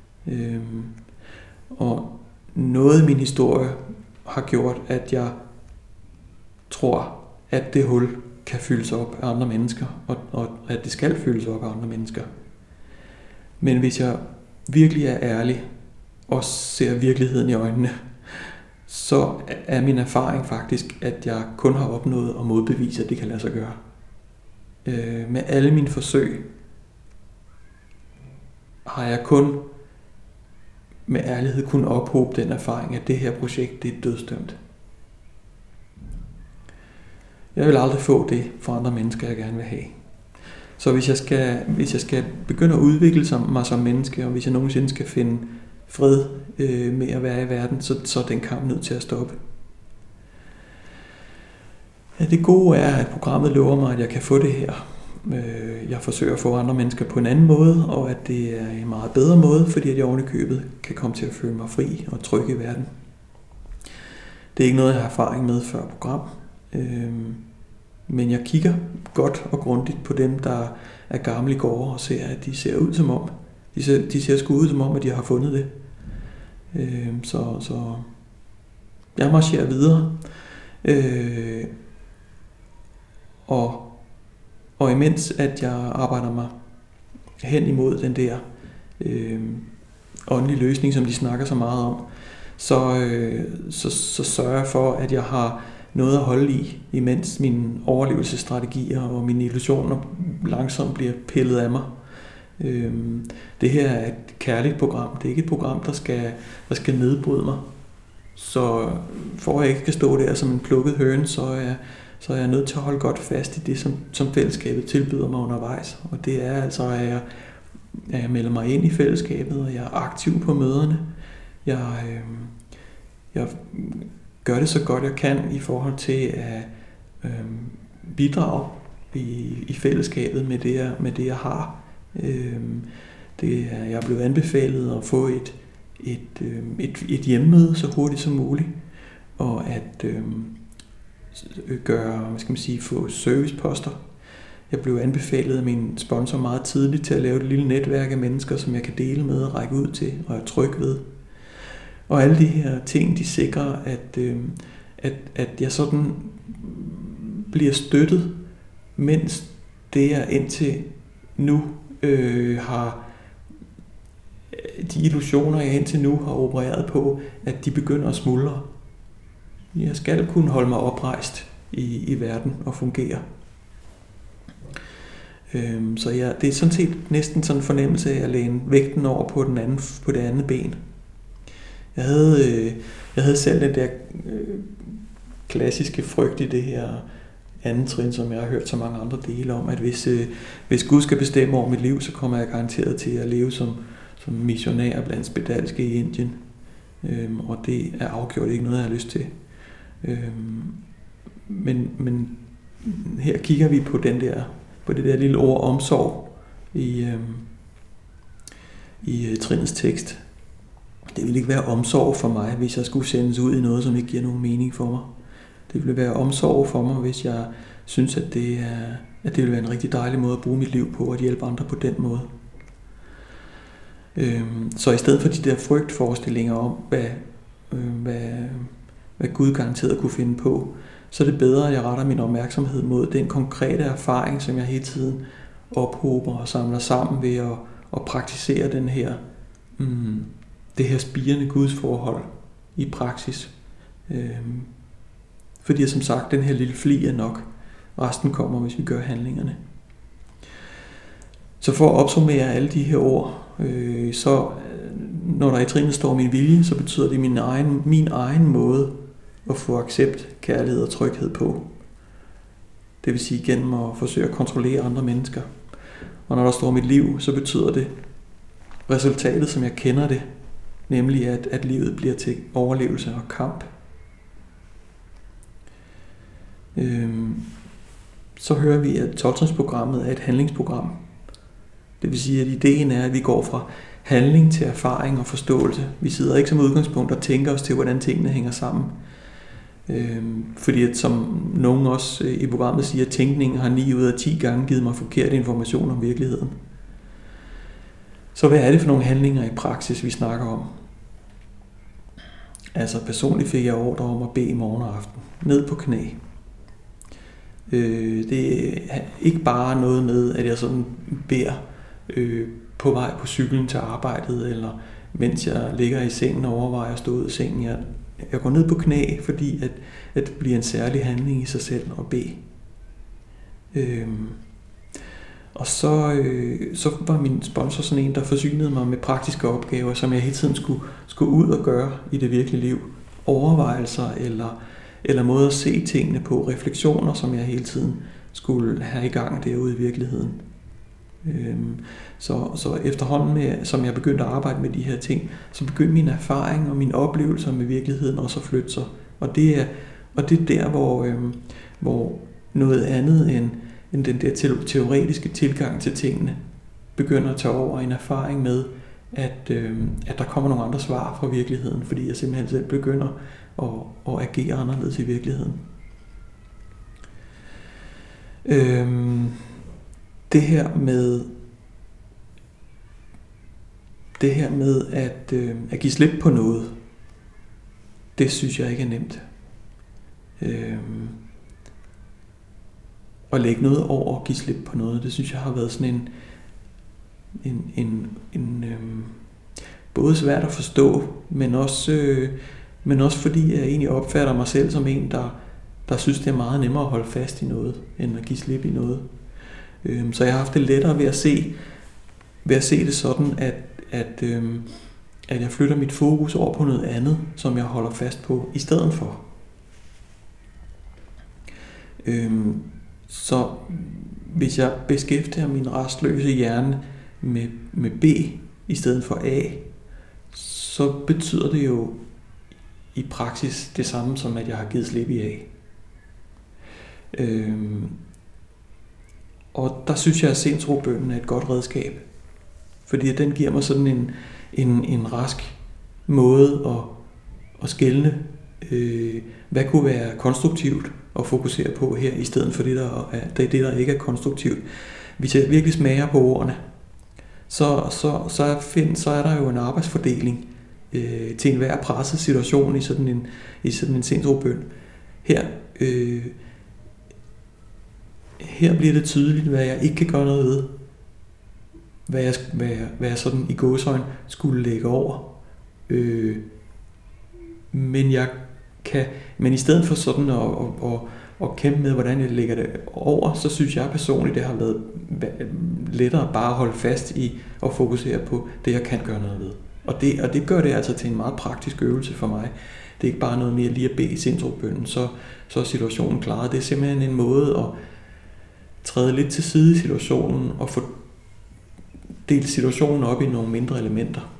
Og noget i min historie har gjort, at jeg tror, at det hul kan fyldes op af andre mennesker, og at det skal fyldes op af andre mennesker. Men hvis jeg virkelig er ærlig og ser virkeligheden i øjnene, så er min erfaring faktisk, at jeg kun har opnået at modbevise, at det kan lade sig gøre. Med alle mine forsøg har jeg kun med ærlighed kunne ophobe den erfaring, at det her projekt, det er dødsdømt. Jeg vil aldrig få det for andre mennesker, jeg gerne vil have. Så hvis jeg skal begynde at udvikle mig som menneske, og hvis jeg nogensinde skal finde fred med at være i verden, så er den kamp nødt til at stoppe. Ja, det gode er, at programmet lover mig, at jeg kan få det her. Jeg forsøger at få andre mennesker på en anden måde, og at det er en meget bedre måde, fordi at jeg oven i købet kan komme til at føle mig fri og tryg i verden. Det er ikke noget, jeg har erfaring med før program. Men jeg kigger godt og grundigt på dem, der er gamle i går, og ser, at de ser ud som om. De ser sgu ud som om, at de har fundet det. Så jeg marcherer videre. Og imens at jeg arbejder mig hen imod den der åndelige løsning, som de snakker så meget om, så sørger jeg for, at jeg har noget at holde i, imens mine overlevelsesstrategier og mine illusioner langsomt bliver pillet af mig. Det her er et kærligt program. Det er ikke et program, der skal nedbryde mig. Så for at jeg ikke skal stå der som en plukket høne, så er jeg nødt til at holde godt fast i det, som fællesskabet tilbyder mig undervejs. Og det er altså, at jeg melder mig ind i fællesskabet, og jeg er aktiv på møderne. Jeg gør det så godt jeg kan i forhold til at bidrage i fællesskabet med det jeg har. Jeg er blevet anbefalet at få et hjemmemøde så hurtigt som muligt, og at få serviceposter. Jeg blev anbefalet af min sponsor meget tidligt til at lave et lille netværk af mennesker, som jeg kan dele med og række ud til og er tryg ved. Og alle de her ting, de sikrer, at jeg sådan bliver støttet, mens det jeg indtil nu har de illusioner, jeg indtil nu har opereret på, at de begynder at smuldre. Jeg skal kunne holde mig oprejst i verden og fungere. Så det er sådan set næsten sådan en fornemmelse af at læne vægten over på det andet ben. Jeg havde selv den der klassiske frygt i det her andet trin, som jeg har hørt så mange andre dele om, at hvis Gud skal bestemme over mit liv, så kommer jeg garanteret til at leve som missionær blandt spedalske i Indien. Og det er afgjort ikke noget, jeg har lyst til. Men her kigger vi på det der lille ord omsorg i trinets tekst. Det vil ikke være omsorg for mig, hvis jeg skulle sendes ud i noget, som ikke giver nogen mening for mig. Det vil være omsorg for mig, hvis jeg synes, at det vil være en rigtig dejlig måde at bruge mit liv på, at hjælpe andre på den måde. Så i stedet for de der frygtforestillinger om, hvad Gud garanteret kunne finde på, så er det bedre, at jeg retter min opmærksomhed mod den konkrete erfaring, som jeg hele tiden ophober og samler sammen ved at praktisere det her spirende gudsforhold i praksis. Fordi som sagt, den her lille fli er nok. Resten kommer, hvis vi gør handlingerne. Så for at opsummere alle de her ord, så når der i trinet står min vilje, så betyder det min egen måde at få accept, kærlighed og tryghed på. Det vil sige gennem at forsøge at kontrollere andre mennesker. Og når der står mit liv, så betyder det resultatet, som jeg kender det, nemlig at livet bliver til overlevelse og kamp. Så hører vi, at 12-trinsprogrammet er et handlingsprogram. Det vil sige, at ideen er, at vi går fra handling til erfaring og forståelse. Vi sidder ikke som udgangspunkt og tænker os til, hvordan tingene hænger sammen. Fordi at, som nogen også i programmet siger, at tænkningen har 9 ud af 10 gange givet mig forkert information om virkeligheden. Så hvad er det for nogle handlinger i praksis, vi snakker om? Altså personligt fik jeg ordre om at bede i morgen og aften. Ned på knæ. Det er ikke bare noget med, at jeg sådan beder på vej på cyklen til arbejdet, eller mens jeg ligger i sengen og overvejer at stå ud af sengen. Jeg går ned på knæ, fordi at det bliver en særlig handling i sig selv at bede. Og så var min sponsor sådan en, der forsynede mig med praktiske opgaver, som jeg hele tiden skulle ud og gøre i det virkelige liv. Overvejelser eller måder at se tingene på, refleksioner, som jeg hele tiden skulle have i gang derude i virkeligheden. Så efterhånden, som jeg begyndte at arbejde med de her ting, så begyndte min erfaring og mine oplevelser med virkeligheden også at flytte sig. Og det er der, hvor noget andet end den der teoretiske tilgang til tingene begynder at tage over, en erfaring med, at der kommer nogle andre svar fra virkeligheden, fordi jeg simpelthen selv begynder at agere anderledes i virkeligheden. Det her med at give slip på noget, det synes jeg ikke er nemt. At lægge noget over og give slip på noget, det synes jeg har været sådan en både svært at forstå, men også fordi jeg egentlig opfatter mig selv som en, der synes, det er meget nemmere at holde fast i noget, end at give slip i noget. Så jeg har haft det lettere ved at se det sådan, at jeg flytter mit fokus over på noget andet, som jeg holder fast på i stedet for. Så hvis jeg beskæftiger min restløse hjerne med B i stedet for A, så betyder det jo i praksis det samme som, at jeg har givet slip i A. Og der synes jeg, at sindsrobønnen er et godt redskab. Fordi den giver mig sådan en rask måde at skelne, hvad kunne være konstruktivt at fokusere på her, i stedet for det der ikke er konstruktivt. Hvis jeg virkelig smager på ordene, så er der jo en arbejdsfordeling til enhver presset situation i sådan en sindsrobøn. Her bliver det tydeligt, hvad jeg ikke kan gøre noget ved. Hvad jeg sådan i gåseøjne skulle lægge over. Men i stedet for sådan at kæmpe med, hvordan jeg lægger det over, så synes jeg personligt, det har været lettere bare at holde fast i og fokusere på det, jeg kan gøre noget ved. Og det gør det altså til en meget praktisk øvelse for mig. Det er ikke bare noget mere lige at bede sindsrobønnen, så er situationen klaret. Det er simpelthen en måde at træde lidt til side i situationen og få delt situationen op i nogle mindre elementer.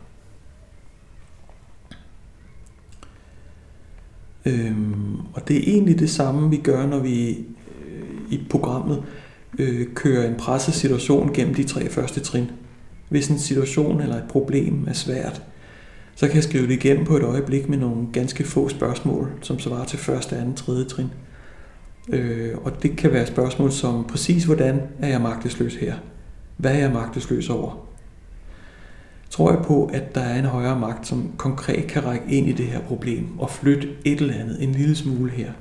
Og det er egentlig det samme, vi gør, når vi i programmet kører en presset situation gennem de 3 første trin. Hvis en situation eller et problem er svært, så kan jeg skrive det igennem på et øjeblik med nogle ganske få spørgsmål, som svarer til første, anden, tredje trin. Og det kan være spørgsmål som præcis, hvordan er jeg magtesløs her? Hvad er jeg magtesløs over? Tror jeg på, at der er en højere magt, som konkret kan række ind i det her problem og flytte et eller andet, en lille smule her?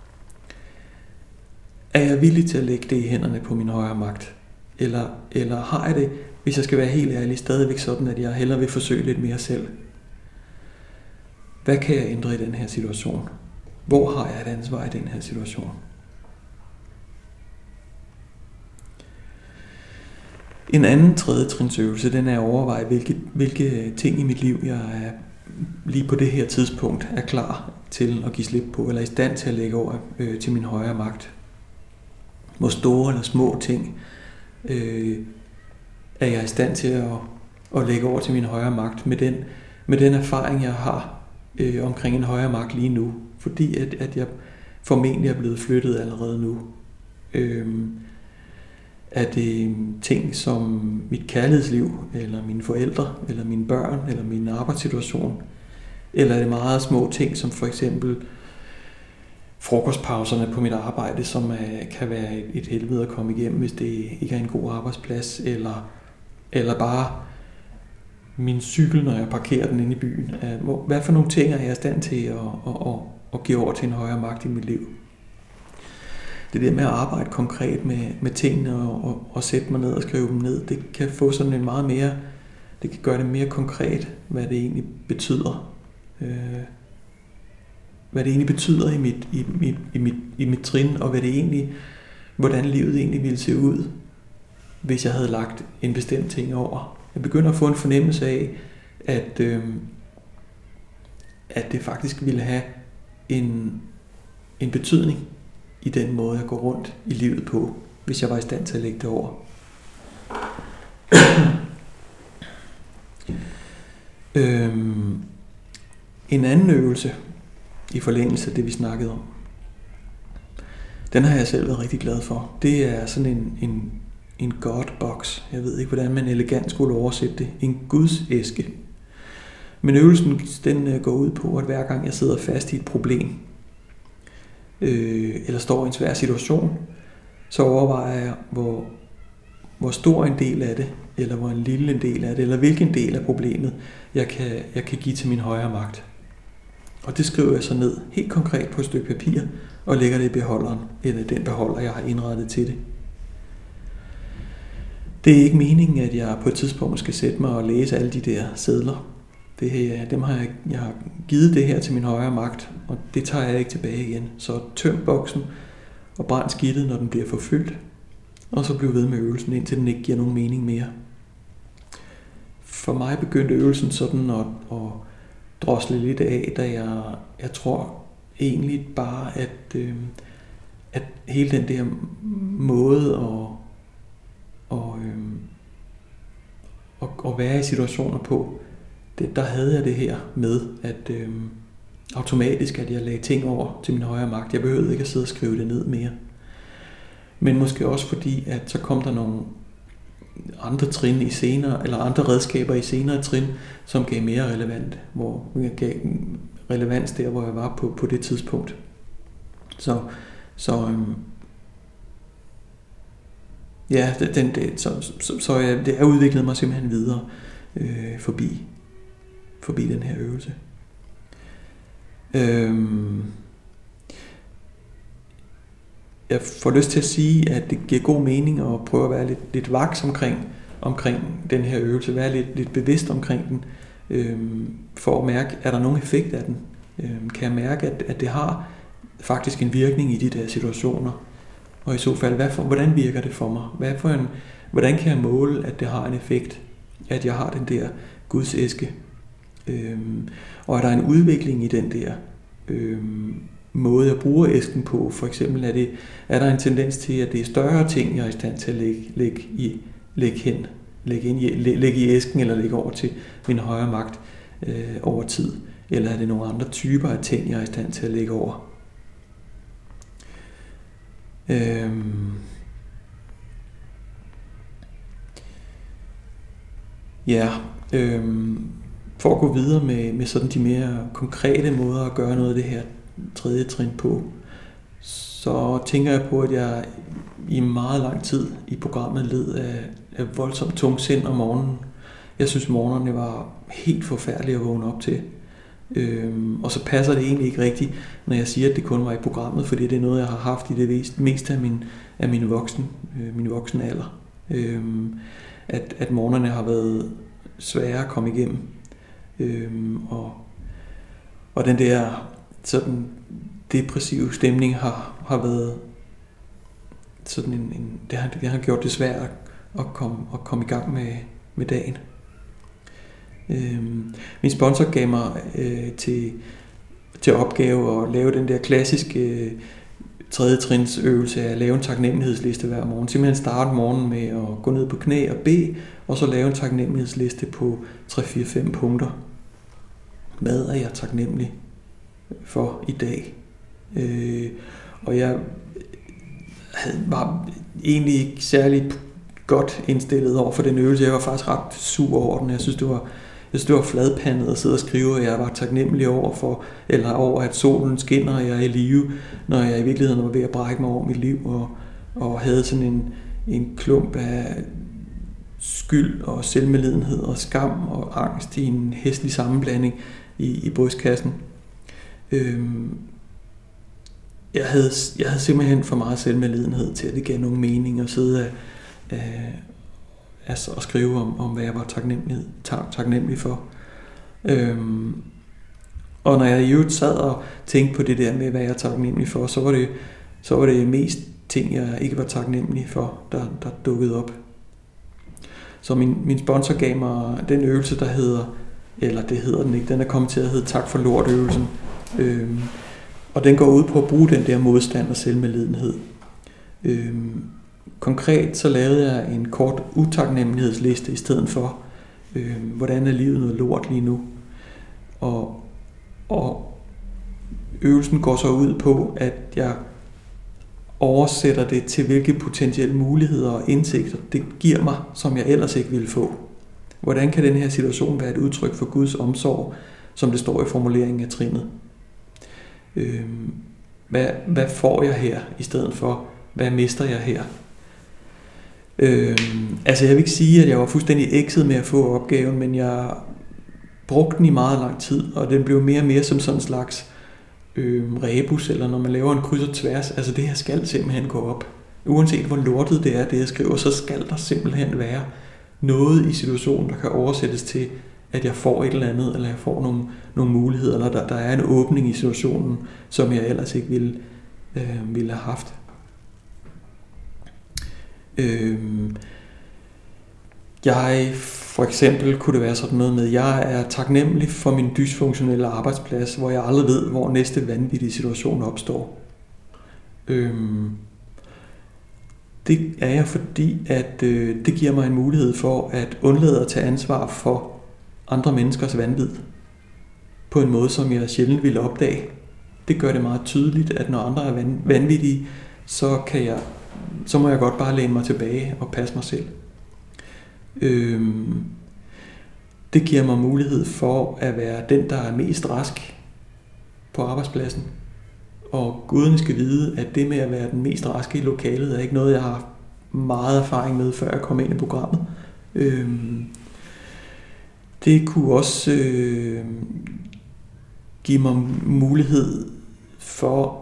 Er jeg villig til at lægge det i hænderne på min højere magt? Eller har jeg det, hvis jeg skal være helt ærlig, stadigvæk sådan, at jeg hellere vil forsøge lidt mere selv? Hvad kan jeg ændre i den her situation? Hvor har jeg et ansvar i den her situation? En anden tredje trinsøvelse, den er at overveje, hvilke ting i mit liv, jeg er lige på det her tidspunkt er klar til at give slip på, eller i stand til at lægge over til min højere magt. Hvor store eller små ting er jeg i stand til at lægge over til min højere magt med den erfaring, jeg har omkring en højere magt lige nu. Fordi at jeg formentlig er blevet flyttet allerede nu. Er det ting som mit kærlighedsliv, eller mine forældre, eller mine børn, eller min arbejdssituation? Eller er det meget små ting, som for eksempel frokostpauserne på mit arbejde, som kan være et helvede at komme igennem, hvis det ikke er en god arbejdsplads, eller bare min cykel, når jeg parkerer den inde i byen. Hvad for nogle ting er jeg i stand til at give over til en højere magt i mit liv? Det der med at arbejde konkret med tingene og sætte mig ned og skrive dem ned, det kan få sådan en meget mere, det kan gøre det mere konkret, hvad det egentlig betyder. Hvad det egentlig betyder i mit trin, og hvordan livet egentlig ville se ud, hvis jeg havde lagt en bestemt ting over. Jeg begynder at få en fornemmelse af, at det faktisk ville have en betydning i den måde, jeg går rundt i livet på, hvis jeg var i stand til at lægge det over. En anden øvelse i forlængelse af det, vi snakkede om, den har jeg selv været rigtig glad for. Det er sådan en God-box. Jeg ved ikke, hvordan man elegant skulle oversætte det. En gudsæske. Men øvelsen, den går ud på, at hver gang jeg sidder fast i et problem, eller står i en svær situation, så overvejer jeg, hvor stor en del af det, eller hvor en lille en del af det, eller hvilken del af problemet, jeg kan give til min højre magt. Og det skriver jeg så ned helt konkret på et stykke papir, og lægger det i beholderen, eller den beholder, jeg har indrettet til det. Det er ikke meningen, at jeg på et tidspunkt skal sætte mig og læse alle de der sedler. Jeg har givet det her til min højre magt, og det tager jeg ikke tilbage igen. Så tøm boksen og brænd skidtet, når den bliver forfyldt, og så bliv ved med øvelsen, indtil den ikke giver nogen mening mere. For mig begyndte øvelsen sådan at drosle lidt af, da jeg tror egentlig bare, at hele den der måde at være i situationer på, der havde jeg det her med, at automatisk, at jeg lagde ting over til min højre magt. Jeg behøvede ikke at sidde og skrive det ned mere. Men måske også fordi, at så kom der nogle andre trin i senere, eller andre redskaber i senere trin, som gav mere relevant, hvor jeg gav relevans der, hvor jeg var på det tidspunkt. Så det har udviklet mig simpelthen videre forbi den her øvelse. Jeg får lyst til at sige, at det giver god mening at prøve at være lidt vaks omkring den her øvelse, være lidt bevidst omkring den, for at mærke, er der nogen effekt af den? Kan jeg mærke, at det har faktisk en virkning i de der situationer? Og i så fald, hvordan virker det for mig? Hvordan kan jeg måle, at det har en effekt, at jeg har den der gudsæske? Og er der en udvikling i den der måde, jeg bruger æsken på? For eksempel er der en tendens til, at det er større ting, jeg er i stand til at lægge i æsken, eller lægge over til min højre magt over tid? Eller er det nogle andre typer af ting, jeg er i stand til at lægge over? For at gå videre med sådan de mere konkrete måder at gøre noget af det her tredje trin på, så tænker jeg på, at jeg i meget lang tid i programmet led af voldsomt tungsind om morgenen. Jeg synes, morgenerne var helt forfærdelige at vågne op til. Og så passer det egentlig ikke rigtigt, når jeg siger, at det kun var i programmet, fordi det er noget, jeg har haft i det meste af min voksne alder. At morgenerne har været svære at komme igennem. Og den der sådan depressive stemning har været sådan det har gjort det svært at komme i gang med dagen. Min sponsor gav mig til opgave at lave den der klassiske tredje trins øvelse af at lave en taknemmelighedsliste hver morgen. Simpelthen starte morgenen med at gå ned på knæ og bede, og så lave en taknemmelighedsliste på 3-4-5 punkter. Hvad er jeg taknemmelig for i dag? Og jeg var egentlig ikke særlig godt indstillet over for den øvelse. Jeg var faktisk ret sur over den. Jeg synes, det var fladpandet at sidde og skrive, at jeg var taknemmelig over at solen skinner, og jeg er i live, når jeg i virkeligheden var ved at brække mig over mit liv, og havde sådan en klump af skyld og selvmedlidenhed og skam og angst i en hæslig sammenblanding i brystkassen. Jeg havde simpelthen for meget selvmedlidenhed til, at det gav nogen mening at sidde og skrive om, hvad jeg var taknemmelig for. Og når jeg i øvrigt sad og tænkte på det der med, hvad jeg er taknemmelig for, så var det mest ting, jeg ikke var taknemmelig for, der dukkede op. Så min sponsor gav mig den øvelse, der hedder, eller det hedder den ikke, den er kommet til at hedde tak for lort-øvelsen. Og den går ud på at bruge den der modstand og selvmedlidenhed. Konkret så lavede jeg en kort utaknemmelighedsliste i stedet for, hvordan er livet noget lort lige nu. Og øvelsen går så ud på, at jeg oversætter det til, hvilke potentielle muligheder og indsigter det giver mig, som jeg ellers ikke ville få. Hvordan kan den her situation være et udtryk for Guds omsorg, som det står i formuleringen af trinnet? Hvad får jeg her i stedet for? Hvad mister jeg her? Altså jeg vil ikke sige, at jeg var fuldstændig ægset med at få opgaven, men jeg brugte den i meget lang tid, og den blev mere og mere som sådan en slags rebus, eller når man laver en kryds og tværs. Altså det her skal simpelthen gå op. Uanset hvor lortet det er, det jeg skriver, så skal der simpelthen være noget i situationen, der kan oversættes til, at jeg får et eller andet, eller jeg får nogle muligheder, eller der er en åbning i situationen, som jeg ellers ikke ville have haft. For eksempel kunne det være sådan noget med, at jeg er taknemmelig for min dysfunktionelle arbejdsplads, hvor jeg aldrig ved, hvor næste vanvittige situation opstår. Det er jeg, fordi at det giver mig en mulighed for at undlade at tage ansvar for andre menneskers vanvid på en måde, som jeg sjældent ville opdage. Det gør det meget tydeligt, at når andre er vanvittige, så må jeg godt bare læne mig tilbage og passe mig selv. Det giver mig mulighed for at være den, der er mest rask på arbejdspladsen. Og guderne skal vide, at det med at være den mest raske i lokalet er ikke noget, jeg har meget erfaring med, før jeg kom ind i programmet. Det kunne også give mig mulighed for,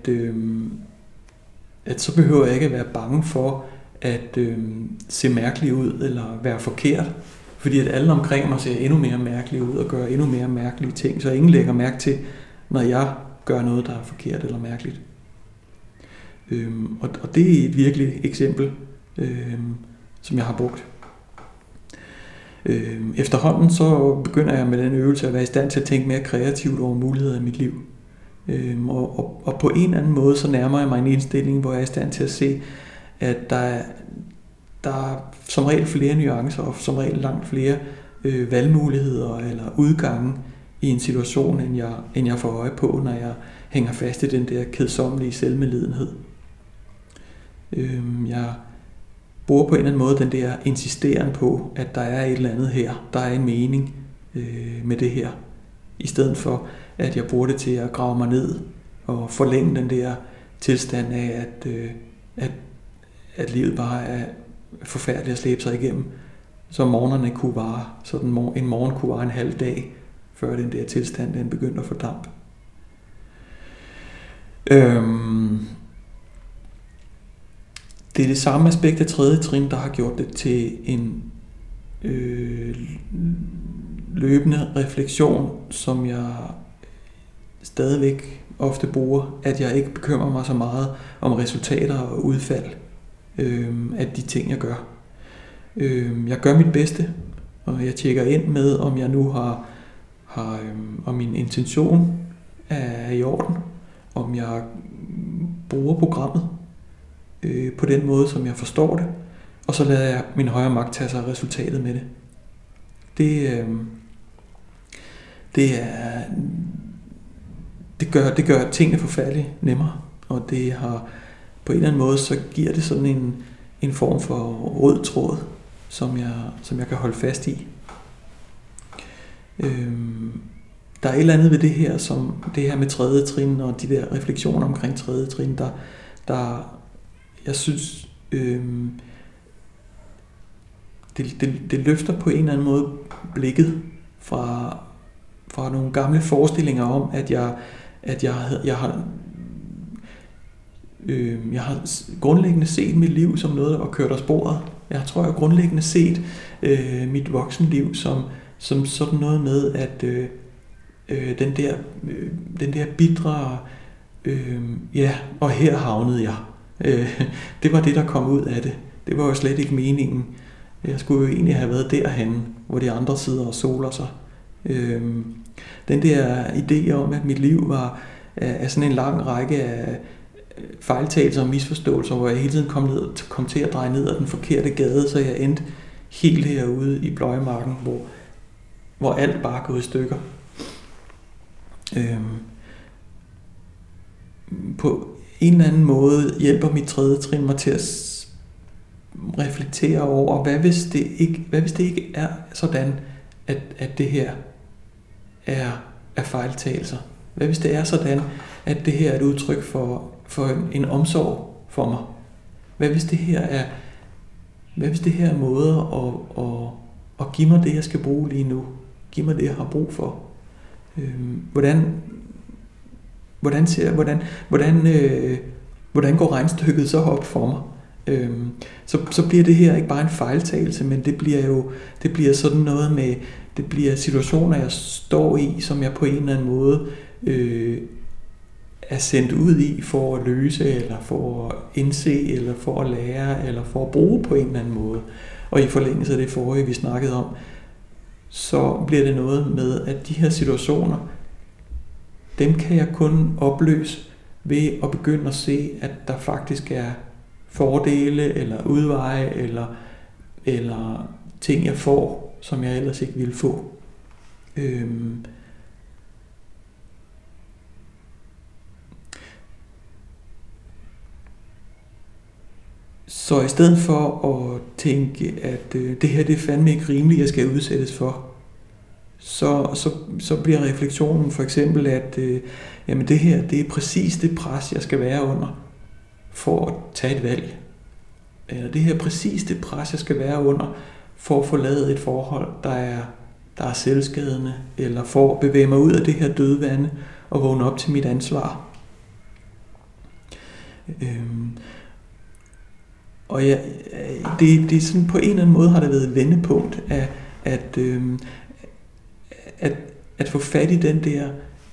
at så behøver jeg ikke at være bange for at se mærkelig ud eller være forkert. Fordi at alle omkring mig ser endnu mere mærkelige ud og gør endnu mere mærkelige ting, så ingen lægger mærke til, når jeg gør noget, der er forkert eller mærkeligt. Og det er et virkelig eksempel, som jeg har brugt. Efterhånden så begynder jeg med den øvelse at være i stand til at tænke mere kreativt over muligheder i mit liv. Og på en eller anden måde så nærmer jeg mig en indstilling, hvor jeg er i stand til at se, at der er som regel flere nuancer og som regel langt flere valgmuligheder eller udgange i en situation, end jeg får øje på, når jeg hænger fast i den der kedsommelige selvmedlidenhed. Jeg bruger på en eller anden måde den der insisteren på, at der er et eller andet her, der er en mening med det her, i stedet for at jeg bruger det til at grave mig ned og forlænge den der tilstand af, at livet bare er forfærdeligt at slæbe sig igennem, så morgenerne kunne vare, så en morgen kunne vare en halv dag, før den der tilstand den begyndte at fordampe. Det er det samme aspekt af tredje trin, der har gjort det til en løbende refleksion, som jeg stadigvæk ofte bruger, at jeg ikke bekymrer mig så meget om resultater og udfald af de ting, jeg gør. Jeg gør mit bedste, og jeg tjekker ind med, om jeg nu om min intention er i orden, om jeg bruger programmet på den måde, som jeg forstår det, og så lader jeg min højre magt tage sig af resultatet med det. Det gør tingene forfærdeligt nemmere, og det har på en eller anden måde, så giver det sådan en form for rød tråd, som jeg kan holde fast i. Der er et eller andet ved det her, som det her med tredje trin og de der refleksioner omkring tredje trin, der jeg synes det løfter på en eller anden måde blikket fra nogle gamle forestillinger om, at jeg har grundlæggende set mit liv som noget, der var kørt af sporet. Jeg tror, jeg grundlæggende set mit voksenliv som sådan noget med, at den der bitre, og her havnede jeg. Det var det, der kom ud af det. Det var jo slet ikke meningen. Jeg skulle jo egentlig have været derhenne, hvor de andre sidder og soler sig. Den der idé om, at mit liv var af sådan en lang række af fejltagelser og misforståelser, hvor jeg hele tiden kom til at dreje ned ad den forkerte gade, så jeg endte helt herude i pløjemarken, hvor alt bare går i stykker. På en eller anden måde hjælper mit tredje trin mig til at reflektere over, hvad hvis det ikke er sådan, at det her er fejltagelser? Hvad hvis det er sådan, at det her er et udtryk for en omsorg for mig? Hvad hvis det her er måder at give mig det, jeg skal bruge lige nu? Give mig det, jeg har brug for? Hvordan går regnstykket så op for mig? Så bliver det her ikke bare en fejltagelse, men det bliver sådan noget med, det bliver situationer, jeg står i, som jeg på en eller anden måde er sendt ud i for at løse, eller for at indse, eller for at lære, eller for at bruge på en eller anden måde. Og i forlængelse af det forrige, vi snakkede om, så bliver det noget med, at de her situationer, dem kan jeg kun opløse ved at begynde at se, at der faktisk er fordele, eller udveje, eller ting, jeg får, som jeg ellers ikke ville få. Så i stedet for at tænke, at det her det er fandme ikke rimeligt, jeg skal udsættes for, så bliver refleksionen for eksempel, at jamen det her det er præcis det pres, jeg skal være under for at tage et valg. Eller det her er præcis det pres, jeg skal være under for at forlade et forhold, der er selvskadende, eller for at bevæge mig ud af det her dødvande og vågne op til mit ansvar. Og ja, det er sådan på en eller anden måde har det været et vendepunkt at få fat i den der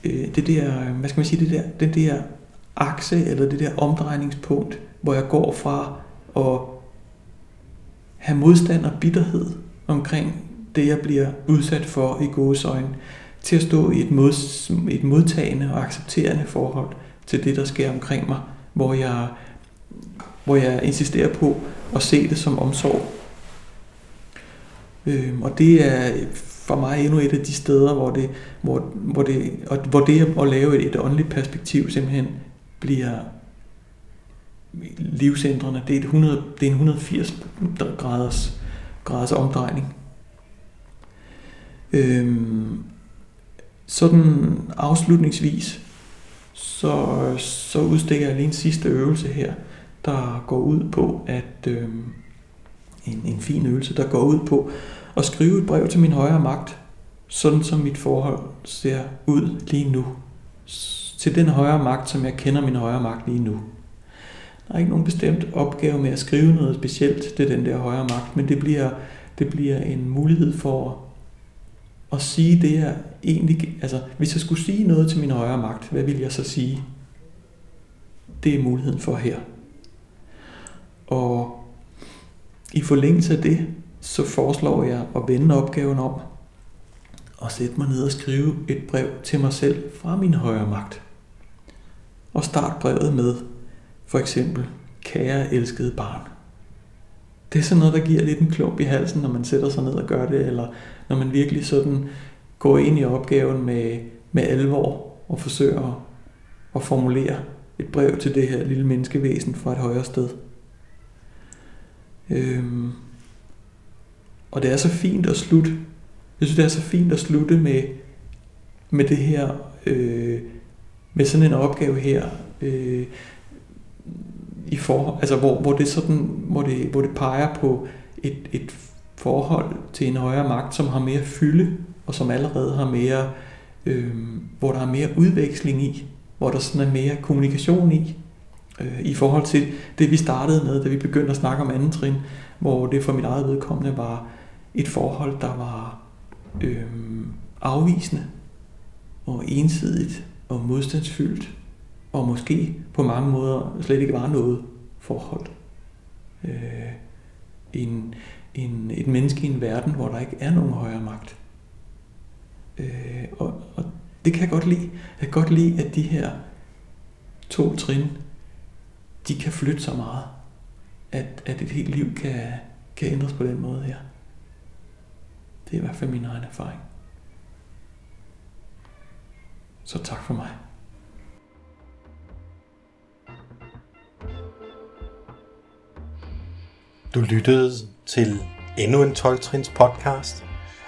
den der akse eller det der omdrejningspunkt, hvor jeg går fra at have modstand og bitterhed omkring det, jeg bliver udsat for i gåseøjne, til at stå i et modtagende og accepterende forhold til det, der sker omkring mig, hvor jeg insisterer på at se det som omsorg. Og det er for mig endnu et af de steder, hvor det at lave et åndeligt perspektiv simpelthen bliver livsændrende. Det er en 180 graders omdrejning. Sådan afslutningsvis, så udstikker jeg lige en sidste øvelse her, der går ud på, at en fin øvelse, der går ud på at skrive et brev til min højere magt, sådan som mit forhold ser ud lige nu. Til den højere magt, som jeg kender min højere magt lige nu. Der er ikke nogen bestemt opgave med at skrive noget specielt til den der højere magt, men det bliver en mulighed for at sige det, jeg egentlig... Altså, hvis jeg skulle sige noget til min højere magt, hvad vil jeg så sige? Det er muligheden for her. Og i forlængelse af det, så foreslår jeg at vende opgaven om og sætte mig ned og skrive et brev til mig selv fra min højere magt. Og start brevet med for eksempel, kære elskede barn. Det er sådan noget, der giver lidt en klump i halsen, når man sætter sig ned og gør det, eller når man virkelig sådan går ind i opgaven med alvor og forsøger at formulere et brev til det her lille menneskevæsen fra et højere sted. Og det er så fint at slutte. Jeg synes, det er så fint at slutte med det her, med sådan en opgave her, i forhold, altså hvor det sådan, hvor det peger på et forhold til en højere magt, som har mere fylde, og som allerede har mere, hvor der er mere udveksling i, hvor der sådan er mere kommunikation i forhold til det, vi startede med, da vi begyndte at snakke om anden trin, hvor det for mit eget vedkommende var et forhold, der var afvisende og ensidigt og modstandsfyldt, og måske på mange måder slet ikke var noget forhold. et menneske i en verden, hvor der ikke er nogen højere magt. Og det kan jeg godt lide. Jeg kan godt lide, at de her 2 trin, de kan flytte så meget, at et helt liv kan ændres på den måde her. Det er i hvert fald min egen erfaring. Så tak for mig. Du lyttede til endnu en 12-trins podcast.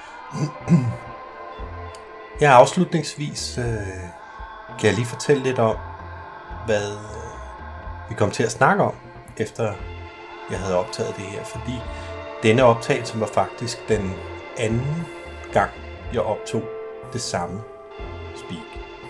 Her afslutningsvis kan jeg lige fortælle lidt om, hvad vi kom til at snakke om, efter jeg havde optaget det her. Fordi denne optagelse var faktisk den anden gang, jeg optog det samme speak.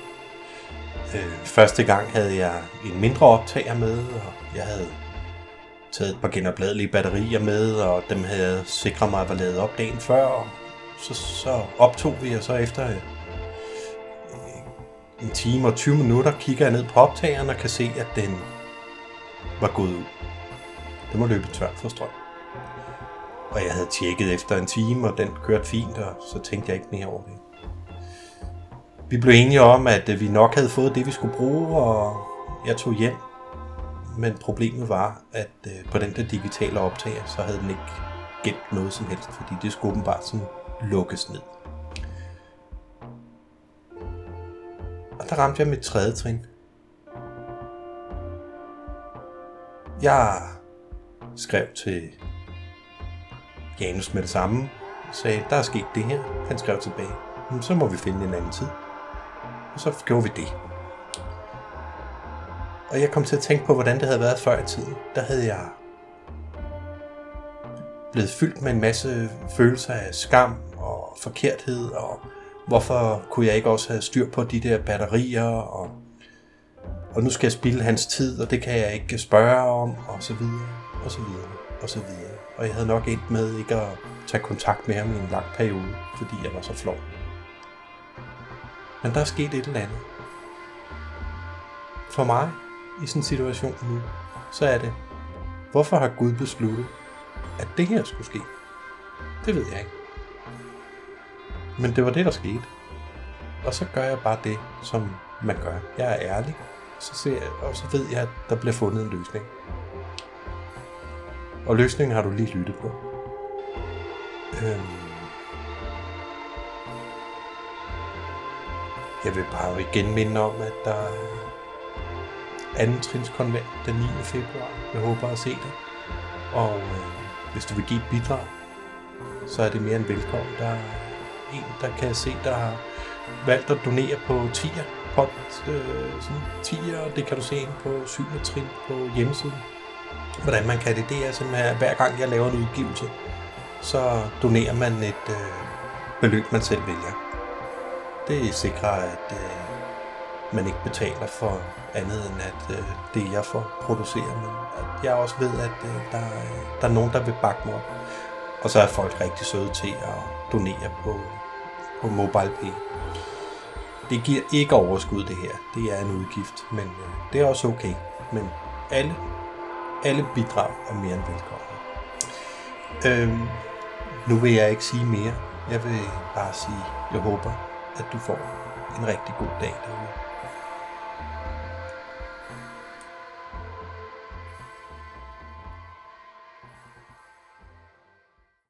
Første gang havde jeg en mindre optager med, og jeg havde taget et par genopladelige batterier med, og dem havde jeg sikret mig, at var lavet op dagen før. Og så optog vi, og så efter en time og 20 minutter kigger jeg ned på optageren og kan se, at den var gået ud. Den var løbet tør for strøm. Og jeg havde tjekket efter en time, og den kørte fint, og så tænkte jeg ikke mere over det. Vi blev enige om, at vi nok havde fået det, vi skulle bruge, og jeg tog hjem. Men problemet var, at på den der digitale optager, så havde den ikke gemt noget som helst, fordi det skulle åbenbart sådan lukkes ned. Og der ramte jeg mit 3. trin. Jeg skrev til Janus med det samme, og sagde, der er sket det her. Han skrev tilbage, så må vi finde en anden tid. Og så gjorde vi det. Og jeg kom til at tænke på, hvordan det havde været før i tiden. Der havde jeg blevet fyldt med en masse følelser af skam og forkerthed, og hvorfor kunne jeg ikke også have styr på de der batterier, og nu skal jeg spilde hans tid, og det kan jeg ikke spørge om, og så videre, og så videre, og så videre. Og jeg havde nok endt med ikke at tage kontakt med ham i en lang periode, fordi jeg var så flov. Men der er sket et eller andet. For mig, i sådan en situation nu, så er det, hvorfor har Gud besluttet, at det her skulle ske? Det ved jeg ikke. Men det var det, der skete. Og så gør jeg bare det, som man gør. Jeg er ærlig, og så ved jeg, at der bliver fundet en løsning. Og løsningen har du lige lyttet på. Jeg vil bare igen minde om, at der er 2. trins konvent den 9. februar. Jeg håber at se det. Og hvis du vil give et bidrag, så er det mere end velkommen. Der er en, der kan se, der har valgt at donere på tier. Tier, og det kan du se ind på 7. trin på hjemmesiden. Hvordan man kan det, det er simpelthen, at hver gang jeg laver en udgivelse, så donerer man et beløb, man selv vælger. Det sikrer, at man ikke betaler for andet end at det jeg får produceret, men at jeg også ved, at der er nogen, der vil bakke mig op. Og så er folk rigtig søde til at donere på MobilePay. Det giver ikke overskud det her. Det er en udgift, men det er også okay. Men alle bidrag er mere end velkomne. Nu vil jeg ikke sige mere. Jeg vil bare sige, jeg håber, at du får en rigtig god dag derude.